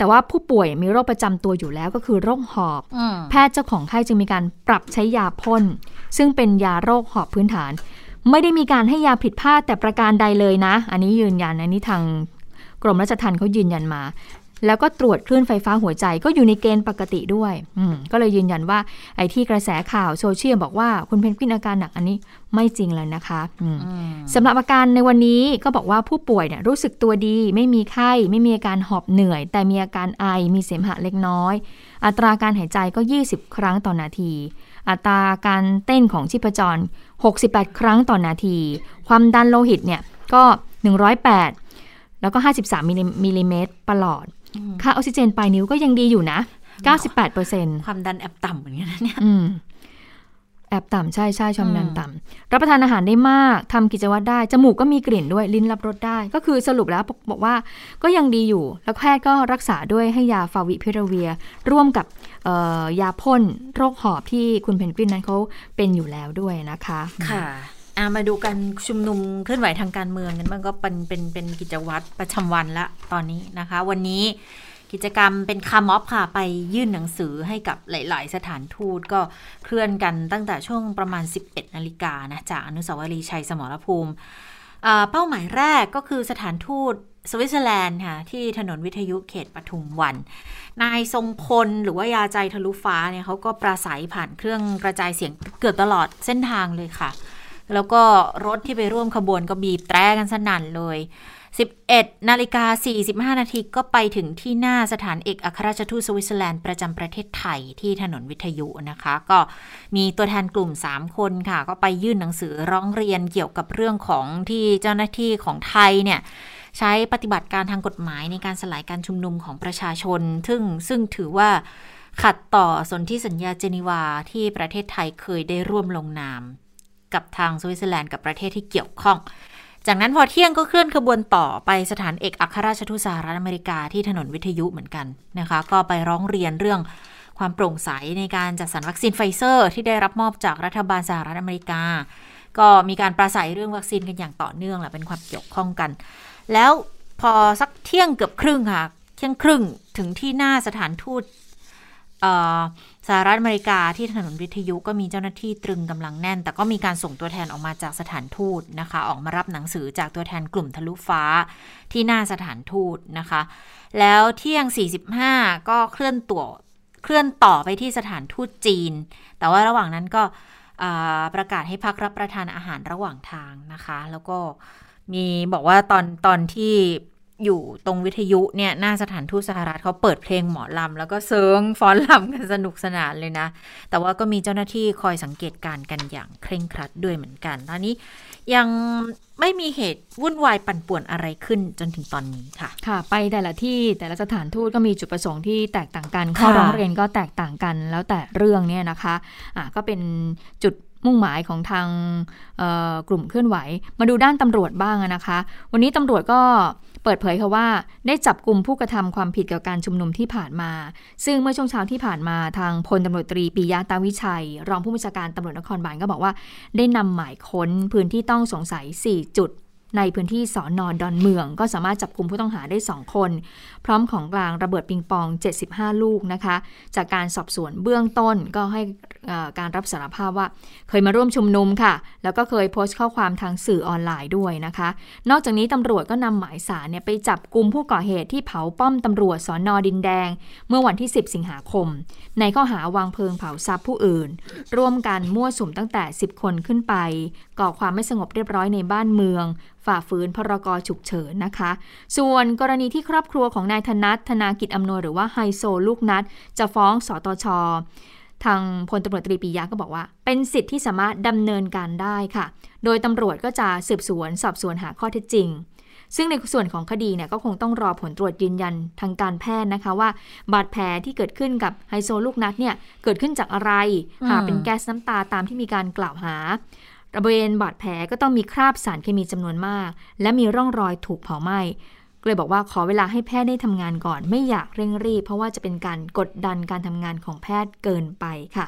แต่ว่าผู้ป่วยมีโรคประจำตัวอยู่แล้วก็คือโรคหอบแพทย์เจ้าของไข้จึงมีการปรับใช้ยาพ่นซึ่งเป็นยาโรคหอบพื้นฐานไม่ได้มีการให้ยาผิดพลาดแต่ประการใดเลยนะอันนี้ยืนยันอันนี้ทางกรมราชทัณฑ์เขายืนยันมาแล้วก็ตรวจคลื่นไฟฟ้าหัวใจก็อยู่ในเกณฑ์ปกติด้วยก็เลยยืนยันว่าไอ้ที่กระแสข่าวโซเชียลบอกว่าคุณเพนกวินอาการหนักอันนี้ไม่จริงเลยนะคะสำหรับอาการในวันนี้ก็บอกว่าผู้ป่วยเนี่ยรู้สึกตัวดีไม่มีไข้ไม่มีอาการหอบเหนื่อยแต่มีอาการไอมีเสมหะเล็กน้อยอัตราการหายใจก็ยี่สิบครั้งต่อนาทีอัตราการเต้นของชีพจรหกสิบแปดครั้งต่อนาทีความดันโลหิตเนี่ยก็หนึ่งร้อยแปดแล้วก็ห้าสิบสามมิลลิเมตรประหลอดค่าออกซิเจนปลายนิ้วก็ยังดีอยู่นะ เก้าสิบแปดเปอร์เซ็นต์ความดันแอบต่ำเหมือนกันนะเนี่ยแอบต่ำใช่ใช่ความดันต่ำรับประทานอาหารได้มากทำกิจวัตรได้จมูกก็มีกลิ่นด้วยลิ้นรับรสได้ก็คือสรุปแล้วบอกว่าก็ยังดีอยู่แล้วแพทย์ก็รักษาด้วยให้ยาฟาวิพิราเวียร่วมกับยาพ่นโรคหอบที่คุณเพนกวินนั้นเขาเป็นอยู่แล้วด้วยนะคะค่ะมาดูกันชุมนุมเคลื่อนไหวทางการเมืองกันมันก็เป็นเป็นเป็นกิจวัตรประจำวันละตอนนี้นะคะวันนี้กิจกรรมเป็นคาร์ม็อบค่ะไปยื่นหนังสือให้กับหลายๆสถานทูตก็เคลื่อนกันตั้งแต่ช่วงประมาณ สิบเอ็ดนาฬิกานะจากอนุสาวรีย์ชัยสมรภูมิเป้าหมายแรกก็คือสถานทูตสวิตเซอร์แลนด์ค่ะที่ถนนวิทยุเขตปทุมวันนายทรงพลหรือว่ายาใจทะลุฟ้าเนี่ยเขาก็ปราศัยผ่านเครื่องกระจายเสียงเกือบตลอดเส้นทางเลยค่ะแล้วก็รถที่ไปร่วมขบวนก็บีบแตรกันสนั่นเลย สิบเอ็ดนาฬิกาสี่สิบห้านาทีก็ไปถึงที่หน้าสถานเอกอัครราชทูตสวิตเซอร์แลนด์ประจำประเทศไทยที่ถนนวิทยุนะคะก็มีตัวแทนกลุ่มสามคนค่ะก็ไปยื่นหนังสือร้องเรียนเกี่ยวกับเรื่องของที่เจ้าหน้าที่ของไทยเนี่ยใช้ปฏิบัติการทางกฎหมายในการสลายการชุมนุมของประชาชนซึ่งซึ่งถือว่าขัดต่อสนธิสัญญาเจนีวาที่ประเทศไทยเคยได้ร่วมลงนามกับทางสวิตเซอร์แลนด์กับประเทศที่เกี่ยวข้องจากนั้นพอเที่ยงก็เคลื่อนขบวนต่อไปสถานเอกอัครราชทูตสหรัฐอเมริกาที่ถนนวิทยุเหมือนกันนะคะก็ไปร้องเรียนเรื่องความโปร่งใสในการจัดสรรวัคซีนไฟเซอร์ที่ได้รับมอบจากรัฐบาลสหรัฐอเมริกาก็มีการปราศัยเรื่องวัคซีนกันอย่างต่อเนื่องแหละเป็นความเกี่ยวข้องกันแล้วพอสักเที่ยงเกือบครึ่งค่ะเที่ยงครึ่งถึงที่หน้าสถานทูตสหรัฐอเมริกาที่ถนนวิทยุก็มีเจ้าหน้าที่ตรึงกำลังแน่นแต่ก็มีการส่งตัวแทนออกมาจากสถานทูตนะคะออกมารับหนังสือจากตัวแทนกลุ่มทะลุฟ้าที่หน้าสถานทูตนะคะแล้วเที่ยงสี่สิบห้าก็เคลื่อนตัวเคลื่อนต่อไปที่สถานทูตจีนแต่ว่าระหว่างนั้นก็ประกาศให้พักรับประทานอาหารระหว่างทางนะคะแล้วก็มีบอกว่าตอนตอนที่อยู่ตรงวิทยุเนี่ยหน้าสถานทูตสหรัฐเขาเปิดเพลงหมอลำแล้วก็เซิร์งฟ้อนลำกันสนุกสนานเลยนะแต่ว่าก็มีเจ้าหน้าที่คอยสังเกตการณ์กันอย่างเคร่งครัดด้วยเหมือนกันตอนนี้ยังไม่มีเหตุวุ่นวายปั่นป่วนอะไรขึ้นจนถึงตอนนี้ค่ะค่ะไปแต่ละที่แต่ละสถานทูตก็มีจุดประสงค์ที่แตกต่างกันข้อร้องเรียนก็แตกต่างกันแล้วแต่เรื่องเนี่ยนะคะอ่ะก็เป็นจุดมุ่งหมายของทางกลุ่มเคลื่อนไหวมาดูด้านตำรวจบ้างนะคะวันนี้ตำรวจก็เปิดเผยค่ะว่าได้จับกุมผู้กระทำความผิดเกี่ยวกับการชุมนุมที่ผ่านมาซึ่งเมื่อช่วงเช้าที่ผ่านมาทางพลตำรวจตรีปิยะตาวิชัยรองผู้บัญชาการตำรวจนครบาลก็บอกว่าได้นำหมายค้นพื้นที่ต้องสงสัยสี่จุดในพื้นที่สน.ดอนเมืองก็สามารถจับกุมผู้ต้องหาได้สองคนพร้อมของกลางระเบิดปิงปองเจ็ดสิบห้าลูกนะคะจากการสอบสวนเบื้องต้นก็ให้การรับสารภาพว่าเคยมาร่วมชุมนุมค่ะแล้วก็เคยโพสต์ข้อความทางสื่อออนไลน์ด้วยนะคะนอกจากนี้ตำรวจก็นำหมายสารเนี่ยไปจับกุมผู้ก่อเหตุที่เผาป้อมตำรวจสน.ดินแดงเมื่อวันที่สิบสิงหาคมในข้อหาวางเพลิงเผาทรัพย์ผู้อื่นร่วมกันมั่วสุมตั้งแต่สิบคนขึ้นไปก่อความไม่สงบเรียบร้อยในบ้านเมืองฝ่าฝืนพรกฉุกเฉินนะคะส่วนกรณีที่ครอบครัวของนายธนัทธนากิจอำนวยหรือว่าไฮโซลูกนัดจะฟ้องสตช.ทางพลตำรวจตรีปิยะก็บอกว่าเป็นสิทธิ์ที่สามารถดำเนินการได้ค่ะโดยตำรวจก็จะสืบสวนสอบสวนหาข้อเท็จจริงซึ่งในส่วนของคดีเนี่ยก็คงต้องรอผลตรวจยืนยันทางการแพทย์นะคะว่าบาดแผลที่เกิดขึ้นกับไฮโซลูกนัดเนี่ยเกิดขึ้นจากอะไรหากเป็นแก๊สน้ำตาตามที่มีการกล่าวหาบริเวณบาดแผลก็ต้องมีคราบสารเคมีจำนวนมากและมีร่องรอยถูกเผาไหม้ก็เลยบอกว่าขอเวลาให้แพทย์ได้ทำงานก่อนไม่อยากเร่งรีบเพราะว่าจะเป็นการกดดันการทำงานของแพทย์เกินไปค่ะ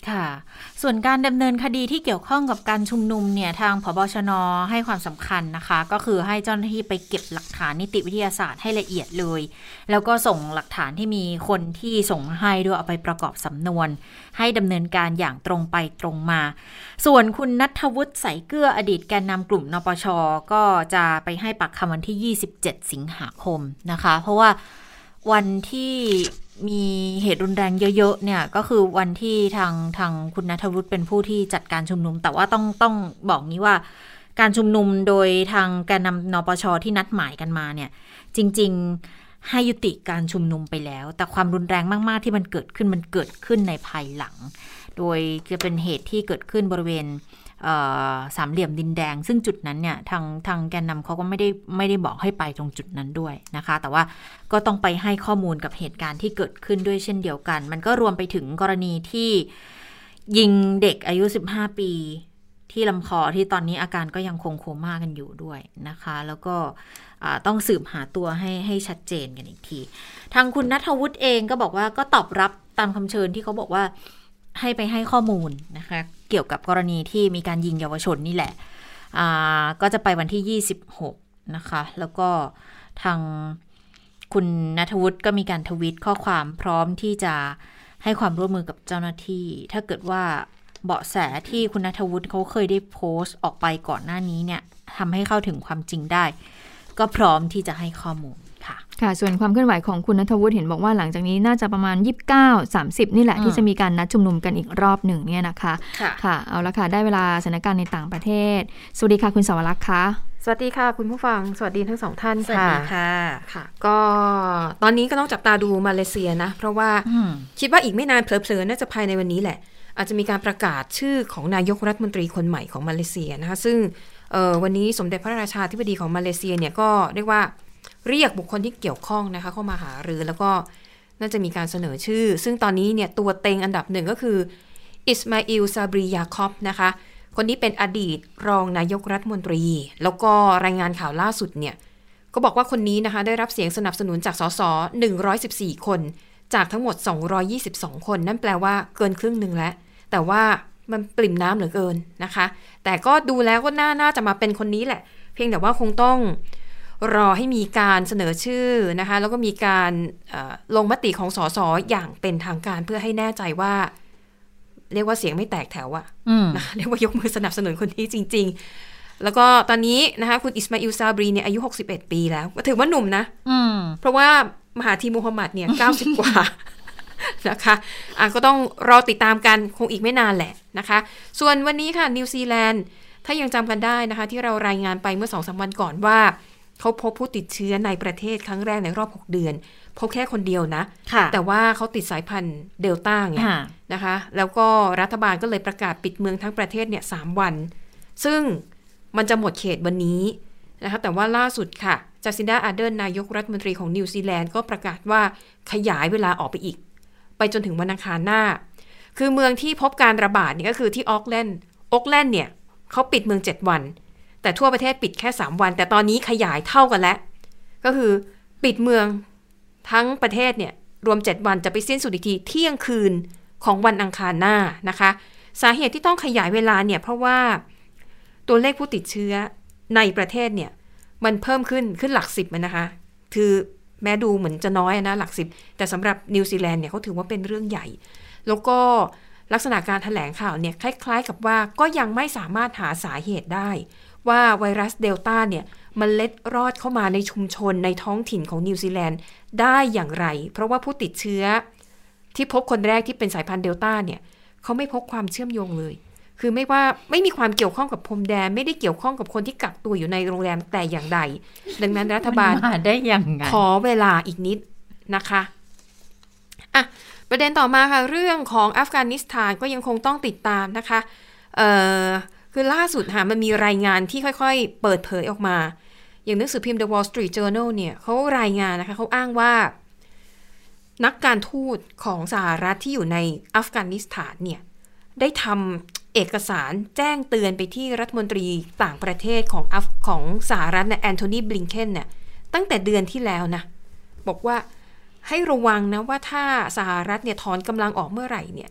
ค่ะส่วนการดำเนินคดีที่เกี่ยวข้องกับการชุมนุมเนี่ยทางผบชน.ให้ความสำคัญนะคะก็คือให้เจ้าหน้าที่ไปเก็บหลักฐานนิติวิทยาศาสตร์ให้ละเอียดเลยแล้วก็ส่งหลักฐานที่มีคนที่ส่งมาให้ด้วยเอาไปประกอบสำนวนให้ดำเนินการอย่างตรงไปตรงมาส่วนคุณณัฐวุฒิใสเกลืออดีตแกนนำกลุ่มนปช.ก็จะไปให้ปากคำวันที่ยี่สิบเจ็ดสิงหาคมนะคะเพราะว่าวันที่มีเหตุรุนแรงเยอะๆเนี่ยก็คือวันที่ทางทางคุณณัฐวุฒิเป็นผู้ที่จัดการชุมนุมแต่ว่าต้องต้องบอกงี้ว่าการชุมนุมโดยทางแกนนำนปช.ที่นัดหมายกันมาเนี่ยจริงๆให้ยุติการชุมนุมไปแล้วแต่ความรุนแรงมากๆที่มันเกิดขึ้นมันเกิดขึ้นในภายหลังโดยจะเป็นเหตุที่เกิดขึ้นบริเวณสามเหลี่ยมดินแดงซึ่งจุดนั้นเนี่ยทางทางแกนนำเขาก็ไม่ได้ไม่ได้บอกให้ไปตรงจุดนั้นด้วยนะคะแต่ว่าก็ต้องไปให้ข้อมูลกับเหตุการณ์ที่เกิดขึ้นด้วยเช่นเดียวกันมันก็รวมไปถึงกรณีที่ยิงเด็กอายุสิบห้าปีที่ลำคอที่ตอนนี้อาการก็ยังคงโคม่ากันอยู่ด้วยนะคะแล้วก็ต้องสืบหาตัวให้ให้ชัดเจนกันอีกทีทางคุณณัฐวุฒิเองก็บอกว่าก็ตอบรับตามคำเชิญที่เขาบอกว่าให้ไปให้ข้อมูลนะคะเกี่ยวกับกรณีที่มีการยิงเยาวชนนี่แหละก็จะไปวันที่ยี่สิบหกนะคะแล้วก็ทางคุณณัฐวุฒิก็มีการทวีตข้อความพร้อมที่จะให้ความร่วมมือกับเจ้าหน้าที่ถ้าเกิดว่าเบาะแสที่คุณณัฐวุฒิเขาเคยได้โพสต์ออกไปก่อนหน้านี้เนี่ยทำให้เข้าถึงความจริงได้ก็พร้อมที่จะให้ข้อมูลค่ะค่ะส่วนความเคลื่อนไหวของคุณณัฐวุฒิเห็นบอกว่าหลังจากนี้น่าจะประมาณยี่สิบเก้า สามสิบนี่แหละที่จะมีการนัดชุมนุมกันอีกรอบหนึ่งเนี่ยนะคะค่ะเอาละค่ะได้เวลาสถานการณ์ในต่างประเทศสวัสดีค่ะคุณสวรักษ์ค่ะสวัสดีค่ะคุณผู้ฟังสวัสดีทั้งสองท่านค่ะสวัสดีค่ะค่ะก็ตอนนี้ก็ต้องจับตาดูมาเลเซียนะเพราะว่าคิดว่าอีกไม่นานเผลอๆน่าจะภายในวันนี้แหละอาจจะมีการประกาศชื่อของนายกรัฐมนตรีคนใหม่ของมาเลเซียนะคะซึ่งวันนี้สมเด็จพระราชาธิบดีของมาเลเซียเนี่ยก็เรียกว่าเรียกบุคคลที่เกี่ยวข้องนะคะเข้ามาหารือแล้วก็น่าจะมีการเสนอชื่อซึ่งตอนนี้เนี่ยตัวเต็งอันดับหนึ่งก็คืออิสมาอิลซาบรียาคอฟนะคะคนนี้เป็นอดีตรองนายกรัฐมนตรีแล้วก็รายงานข่าวล่าสุดเนี่ยก็บอกว่าคนนี้นะคะได้รับเสียงสนับสนุนจากสสหนึ่งร้อยสิบสี่คนจากทั้งหมดสองร้อยยี่สิบสองคนนั่นแปลว่าเกินครึ่งนึงแล้วแต่ว่ามันปริ่มน้ำเหลือเกินนะคะแต่ก็ดูแล้วก็น่าน่าจะมาเป็นคนนี้แหละเพียงแต่ว่าคงต้องรอให้มีการเสนอชื่อนะคะแล้วก็มีการลงมติของสสอย่างเป็นทางการเพื่อให้แน่ใจว่าเรียกว่าเสียงไม่แตกแถวอะนะเรียกว่ายกมือสนับสนุนคนนี้จริงๆแล้วก็ตอนนี้นะคะคุณอิสมาอิลซาบรีเนี่ยอายุหกสิบเอ็ดปีแล้วก็ถือว่าหนุ่มนะเพราะว่ามหาธีมูฮัมหมัดเนี่ยเก้าสิบกว่านะคะอ่ะก็ต้องรอติดตามกันคงอีกไม่นานแหละนะคะส่วนวันนี้ค่ะนิวซีแลนด์ถ้ายังจำกันได้นะคะที่เรารายงานไปเมื่อ สองถึงสาม วันก่อนว่าเขาพบผู้ติดเชื้อในประเทศครั้งแรกในรอบหกเดือนพบแค่คนเดียวนะแต่ว่าเขาติดสายพันธุ์เดลต้าไงนะคะแล้วก็รัฐบาลก็เลยประกาศปิดเมืองทั้งประเทศเนี่ยสามวันซึ่งมันจะหมดเขตวันนี้นะคะแต่ว่าล่าสุดค่ะจาซินดาอาร์เดนนายกรัฐมนตรีของนิวซีแลนด์ก็ประกาศว่าขยายเวลาออกไปอีกไปจนถึงวันอังคารหน้าคือเมืองที่พบการระบาดเนี่ยก็คือที่ออกแลนด์ออกแลนด์เนี่ยเขาปิดเมืองเจ็ดวันแต่ทั่วประเทศปิดแค่สามวันแต่ตอนนี้ขยายเท่ากันแล้วก็คือปิดเมืองทั้งประเทศเนี่ยรวมเจ็ดวันจะไปสิ้นสุดอีกทีเที่ยงคืนของวันอังคารหน้านะคะสาเหตุที่ต้องขยายเวลาเนี่ยเพราะว่าตัวเลขผู้ติดเชื้อในประเทศเนี่ยมันเพิ่มขึ้นขึ้นหลักสิบนะคะคือแม้ดูเหมือนจะน้อยนะหลักสิบแต่สำหรับนิวซีแลนด์เนี่ยเขาถือว่าเป็นเรื่องใหญ่แล้วก็ลักษณะการแถลงข่าวเนี่ยคล้ายๆกับว่าก็ยังไม่สามารถหาสาเหตุได้ว่าไวรัสเดลต้าเนี่ยมันเล็ดรอดเข้ามาในชุมชนในท้องถิ่นของนิวซีแลนด์ได้อย่างไรเพราะว่าผู้ติดเชื้อที่พบคนแรกที่เป็นสายพันธุ์เดลต้าเนี่ยเขาไม่พบความเชื่อมโยงเลยคือไม่ว่าไม่มีความเกี่ยวข้องกับพรมแดนไม่ได้เกี่ยวข้องกับคนที่กักตัวอยู่ในโรงแรมแต่อย่างใดดังนั้นรัฐบาลได้อย่างไงขอเวลาอีกนิดนะคะอ่ะประเด็นต่อมาค่ะเรื่องของอัฟกานิสถานก็ยังคงต้องติดตามนะคะเอ่อคือล่าสุดค่ะมันมีรายงานที่ค่อยๆเปิดเผยออกมาอย่างหนังสือพิมพ์ The Wall Street Journal เนี่ยเขารายงานนะคะเขาอ้างว่านักการทูตของสหรัฐที่อยู่ในอัฟกานิสถานเนี่ยได้ทำเอกสารแจ้งเตือนไปที่รัฐมนตรีต่างประเทศของอัฟของสหรัฐเนี่ยแอนโทนี บลิงเคนเนี่ยตั้งแต่เดือนที่แล้วนะบอกว่าให้ระวังนะว่าถ้าสหรัฐเนี่ยถอนกำลังออกเมื่อไหร่เนี่ย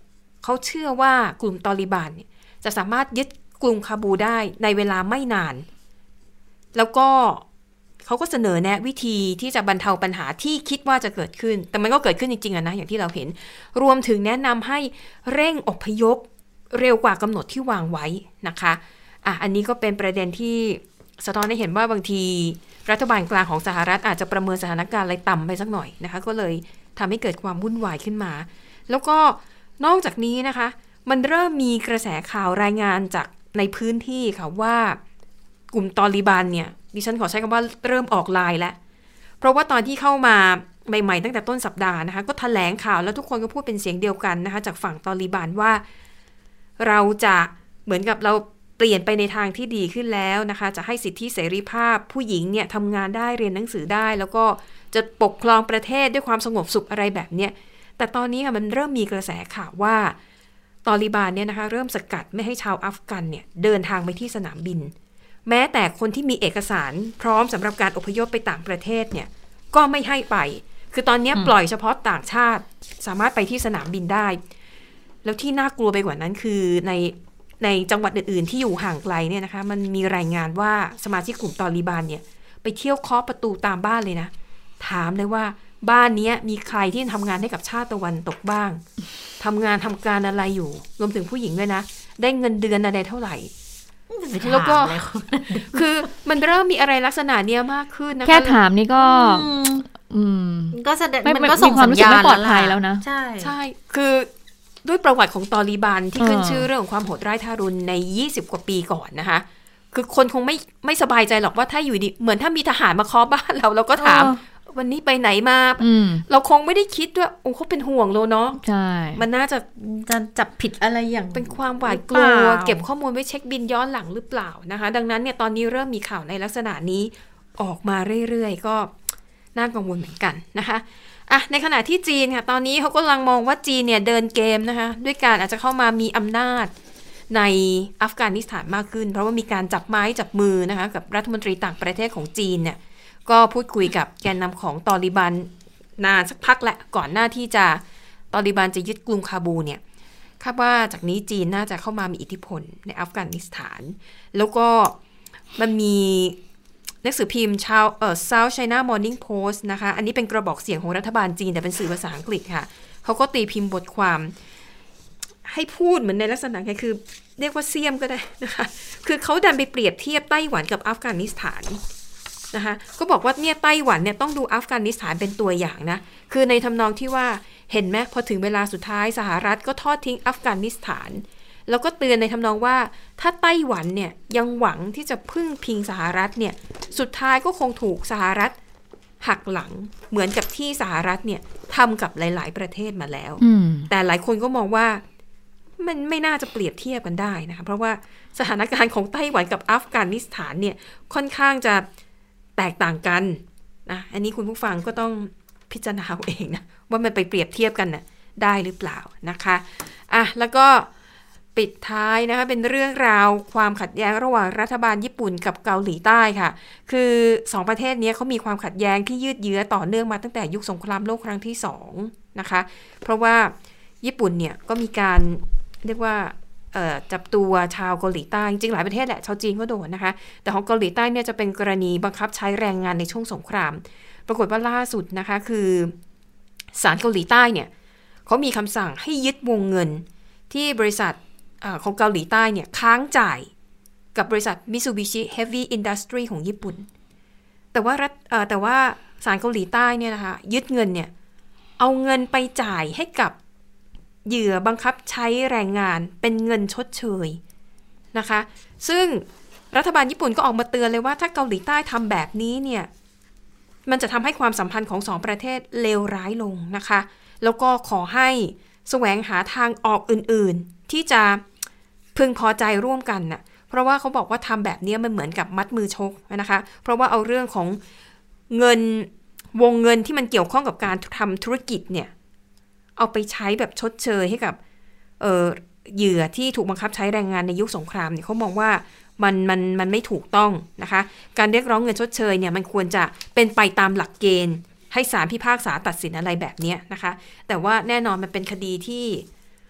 เขาเชื่อว่ากลุ่มตอลิบานเนี่ยจะสามารถยึดกรุงคาบูได้ในเวลาไม่นานแล้วก็เขาก็เสนอแนะวิธีที่จะบรรเทาปัญหาที่คิดว่าจะเกิดขึ้นแต่มันก็เกิดขึ้นจริงๆอะนะอย่างที่เราเห็นรวมถึงแนะนำให้เร่งอพยพเร็วกว่ากำหนดที่วางไว้นะคะอ่ะอันนี้ก็เป็นประเด็นที่สะท้อนให้เห็นว่าบางทีรัฐบาลกลางของสหรัฐอาจจะประเมินสถานการณ์อะไรต่ำไปสักหน่อยนะคะก็เลยทำให้เกิดความวุ่นวายขึ้นมาแล้วก็นอกจากนี้นะคะมันเริ่มมีกระแสข่าวรายงานจากในพื้นที่ค่ะว่ากลุ่มตอลิบันเนี่ยดิฉันขอใช้คำว่าเริ่มออกลายแล้วเพราะว่าตอนที่เข้ามาใหม่ๆตั้งแต่ต้นสัปดาห์นะคะก็แถลงข่าวแล้วทุกคนก็พูดเป็นเสียงเดียวกันนะคะจากฝั่งตอลิบันว่าเราจะเหมือนกับเราเปลี่ยนไปในทางที่ดีขึ้นแล้วนะคะจะให้สิทธิเสรีภาพผู้หญิงเนี่ยทำงานได้เรียนหนังสือได้แล้วก็จะปกครองประเทศด้วยความสงบสุขอะไรแบบเนี้ยแต่ตอนนี้ค่ะมันเริ่มมีกระแสข่าวว่าตอลิบันเนี่ยนะคะเริ่มสกัดไม่ให้ชาวอัฟกันเนี่ยเดินทางไปที่สนามบินแม้แต่คนที่มีเอกสารพร้อมสำหรับการอพยพไปต่างประเทศเนี่ยก็ไม่ให้ไปคือตอนนี้ปล่อยเฉพาะต่างชาติสามารถไปที่สนามบินได้แล้วที่น่ากลัวไปกว่านั้นคือในในจังหวัดอื่นๆที่อยู่ห่างไกลเนี่ยนะคะมันมีรายงานว่าสมาชิกกลุ่มตอลิบันเนี่ยไปเที่ยวเคาะประตูตามบ้านเลยนะถามเลยว่าบ้านนี้มีใครที่ทำงานให้กับชาติตะวันตกบ้างทำงานทำการอะไรอยู่รวมถึงผู้หญิงด้วยนะได้เงินเดือนอะไรเท่าไหร่แล้วก็คือมันเริ่มมีอะไรลักษณะเนี้ยมากขึ้นนะคะแค่ถามนี่ก็อืมก็แสดงมันก็ส่งสัญญาณไม่ปลอดภัยแล้วนะใช่ใช่คือด้วยประวัติของตอลิบันที่ขึ้นชื่อเรื่องของความโหดร้ายทารุณในยี่สิบกว่าปีก่อนนะคะคือคนคงไม่ไม่สบายใจหรอกว่าถ้าอยู่ดีเหมือนถ้ามีทหารมาเคาะบ้านเราเราก็ถามวันนี้ไปไหนมาเราคงไม่ได้คิดว่าโอ้เขาเป็นห่วงเราเนาะใช่มันน่าจะจะจับผิดอะไรอย่างเป็นความหวาดกลัวเก็บข้อมูลไว้เช็คบินย้อนหลังหรือเปล่านะคะดังนั้นเนี่ยตอนนี้เริ่มมีข่าวในลักษณะนี้ออกมาเรื่อยๆก็น่ากังวลเหมือนกันนะคะอ่ะในขณะที่จีนค่ะตอนนี้เขากำลังมองว่าจีนเนี่ยเดินเกมนะคะด้วยการอาจจะเข้ามามีอำนาจในอัฟกานิสถานมากขึ้นเพราะว่ามีการจับไม้จับมือนะคะกับรัฐมนตรีต่างประเทศของจีนเนี่ยก็พูดคุยกับแกนนำของตอลิบันนานสักพักแหละก่อนหน้าที่จะตอลิบันจะยึดกรุงคาบูเนี่ยคาดว่าจากนี้จีนน่าจะเข้ามามีอิทธิพลในอัฟกานิสถานแล้วก็มันมีหนังสือพิมพ์ชาวเอ่อ South China Morning Post นะคะอันนี้เป็นกระบอกเสียงของรัฐบาลจีนแต่เป็นสื่อภาษาอังกฤษค่ะเขาก็ตีพิมพ์บทความให้พูดเหมือนในลักษณะไงคือเรียกว่าเสี้ยมก็ได้นะคะคือเขาดันไปเปรียบเทียบไต้หวันกับอัฟกานิสถานนะคะก็บอกว่าเนี่ยไต้หวันเนี่ยต้องดูอัฟกานิสถานเป็นตัวอย่างนะคือในทำนองที่ว่าเห็นไหมพอถึงเวลาสุดท้ายสหรัฐก็ทอดทิ้งอัฟกานิสถานแล้วก็เตือนในทำนองว่าถ้าไต้หวันเนี่ยยังหวังที่จะพึ่งพิงสหรัฐเนี่ยสุดท้ายก็คงถูกสหรัฐหักหลังเหมือนกับที่สหรัฐเนี่ยทำกับหลายๆประเทศมาแล้วแต่หลายคนก็มองว่ามันไม่น่าจะเปรียบเทียบกันได้นะคะเพราะว่าสถานการณ์ของไต้หวันกับอัฟกานิสถานเนี่ยค่อนข้างจะแตกต่างกันนะอันนี้คุณผู้ฟังก็ต้องพิจารณาเอาเองนะว่ามันไปเปรียบเทียบกันน่ะได้หรือเปล่านะคะอ่ะแล้วก็ปิดท้ายนะคะเป็นเรื่องราวความขัดแย้งระหว่างรัฐบาลญี่ปุ่นกับเกาหลีใต้ค่ะคือสองประเทศนี้เขามีความขัดแย้งที่ยืดเยื้อต่อเนื่องมาตั้งแต่ยุคสงครามโลกครั้งที่สองนะคะเพราะว่าญี่ปุ่นเนี่ยก็มีการเรียกว่าจับตัวชาวเกาหลีใต้จริงๆหลายประเทศแหละชาวจีนก็โดนนะคะแต่ของเกาหลีใต้เนี่ยจะเป็นกรณีบังคับใช้แรงงานในช่วงสงครามปรากฏว่าล่าสุดนะคะคือศาลเกาหลีใต้เนี่ยเขามีคำสั่งให้ยึดวงเงินที่บริษัทของเกาหลีใต้เนี่ยค้างจ่ายกับบริษัท Mitsubishi Heavy Industry ของญี่ปุ่นแต่ว่ารัฐแต่ว่าศาลเกาหลีใต้เนี่ยนะคะยึดเงินเนี่ยเอาเงินไปจ่ายให้กับเหยื่อบังคับใช้แรงงานเป็นเงินชดเชยนะคะซึ่งรัฐบาลญี่ปุ่นก็ออกมาเตือนเลยว่าถ้าเกาหลีใต้ทำแบบนี้เนี่ยมันจะทำให้ความสัมพันธ์ของสองประเทศเลวร้ายลงนะคะแล้วก็ขอให้แสวงหาทางออกอื่นๆที่จะพึงพอใจร่วมกันน่ะเพราะว่าเขาบอกว่าทำแบบนี้มันเหมือนกับมัดมือชกนะคะเพราะว่าเอาเรื่องของเงินวงเงินที่มันเกี่ยวข้องกับการทำธุรกิจเนี่ยเอาไปใช้แบบชดเชยให้กับเอ่อเหยื่อที่ถูกบังคับใช้แรงงานในยุคสงครามเนี่ยเขามองว่ามันมันมันไม่ถูกต้องนะคะการเรียกร้องเงินชดเชยเนี่ยมันควรจะเป็นไปตามหลักเกณฑ์ให้ศาลพิพากษาตัดสินอะไรแบบนี้นะคะแต่ว่าแน่นอนมันเป็นคดีที่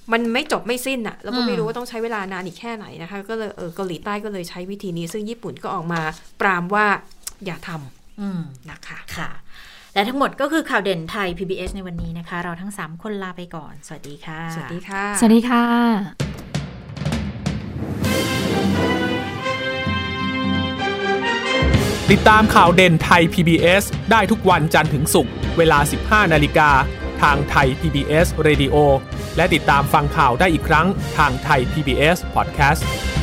มันไม่จบไม่สิ้นอ่ะแล้วก็ไม่รู้ว่าต้องใช้เวลานานอีกแค่ไหนนะคะก็เลยเออเกาหลีใต้ก็เลยใช้วิธีนี้ซึ่งญี่ปุ่นก็ออกมาปรามว่าอย่าทำนะคะค่ะและทั้งหมดก็คือข่าวเด่นไทย พี บี เอส ในวันนี้นะคะเราทั้งสามคนลาไปก่อนสวัสดีค่ะสวัสดีค่ะสวัสดีค่ะติดตามข่าวเด่นไทย พี บี เอส ได้ทุกวันจันทร์ถึงศุกร์เวลา สิบห้านาฬิกาทางไทย พี บี เอส Radio และติดตามฟังข่าวได้อีกครั้งทางไทย พี บี เอส Podcast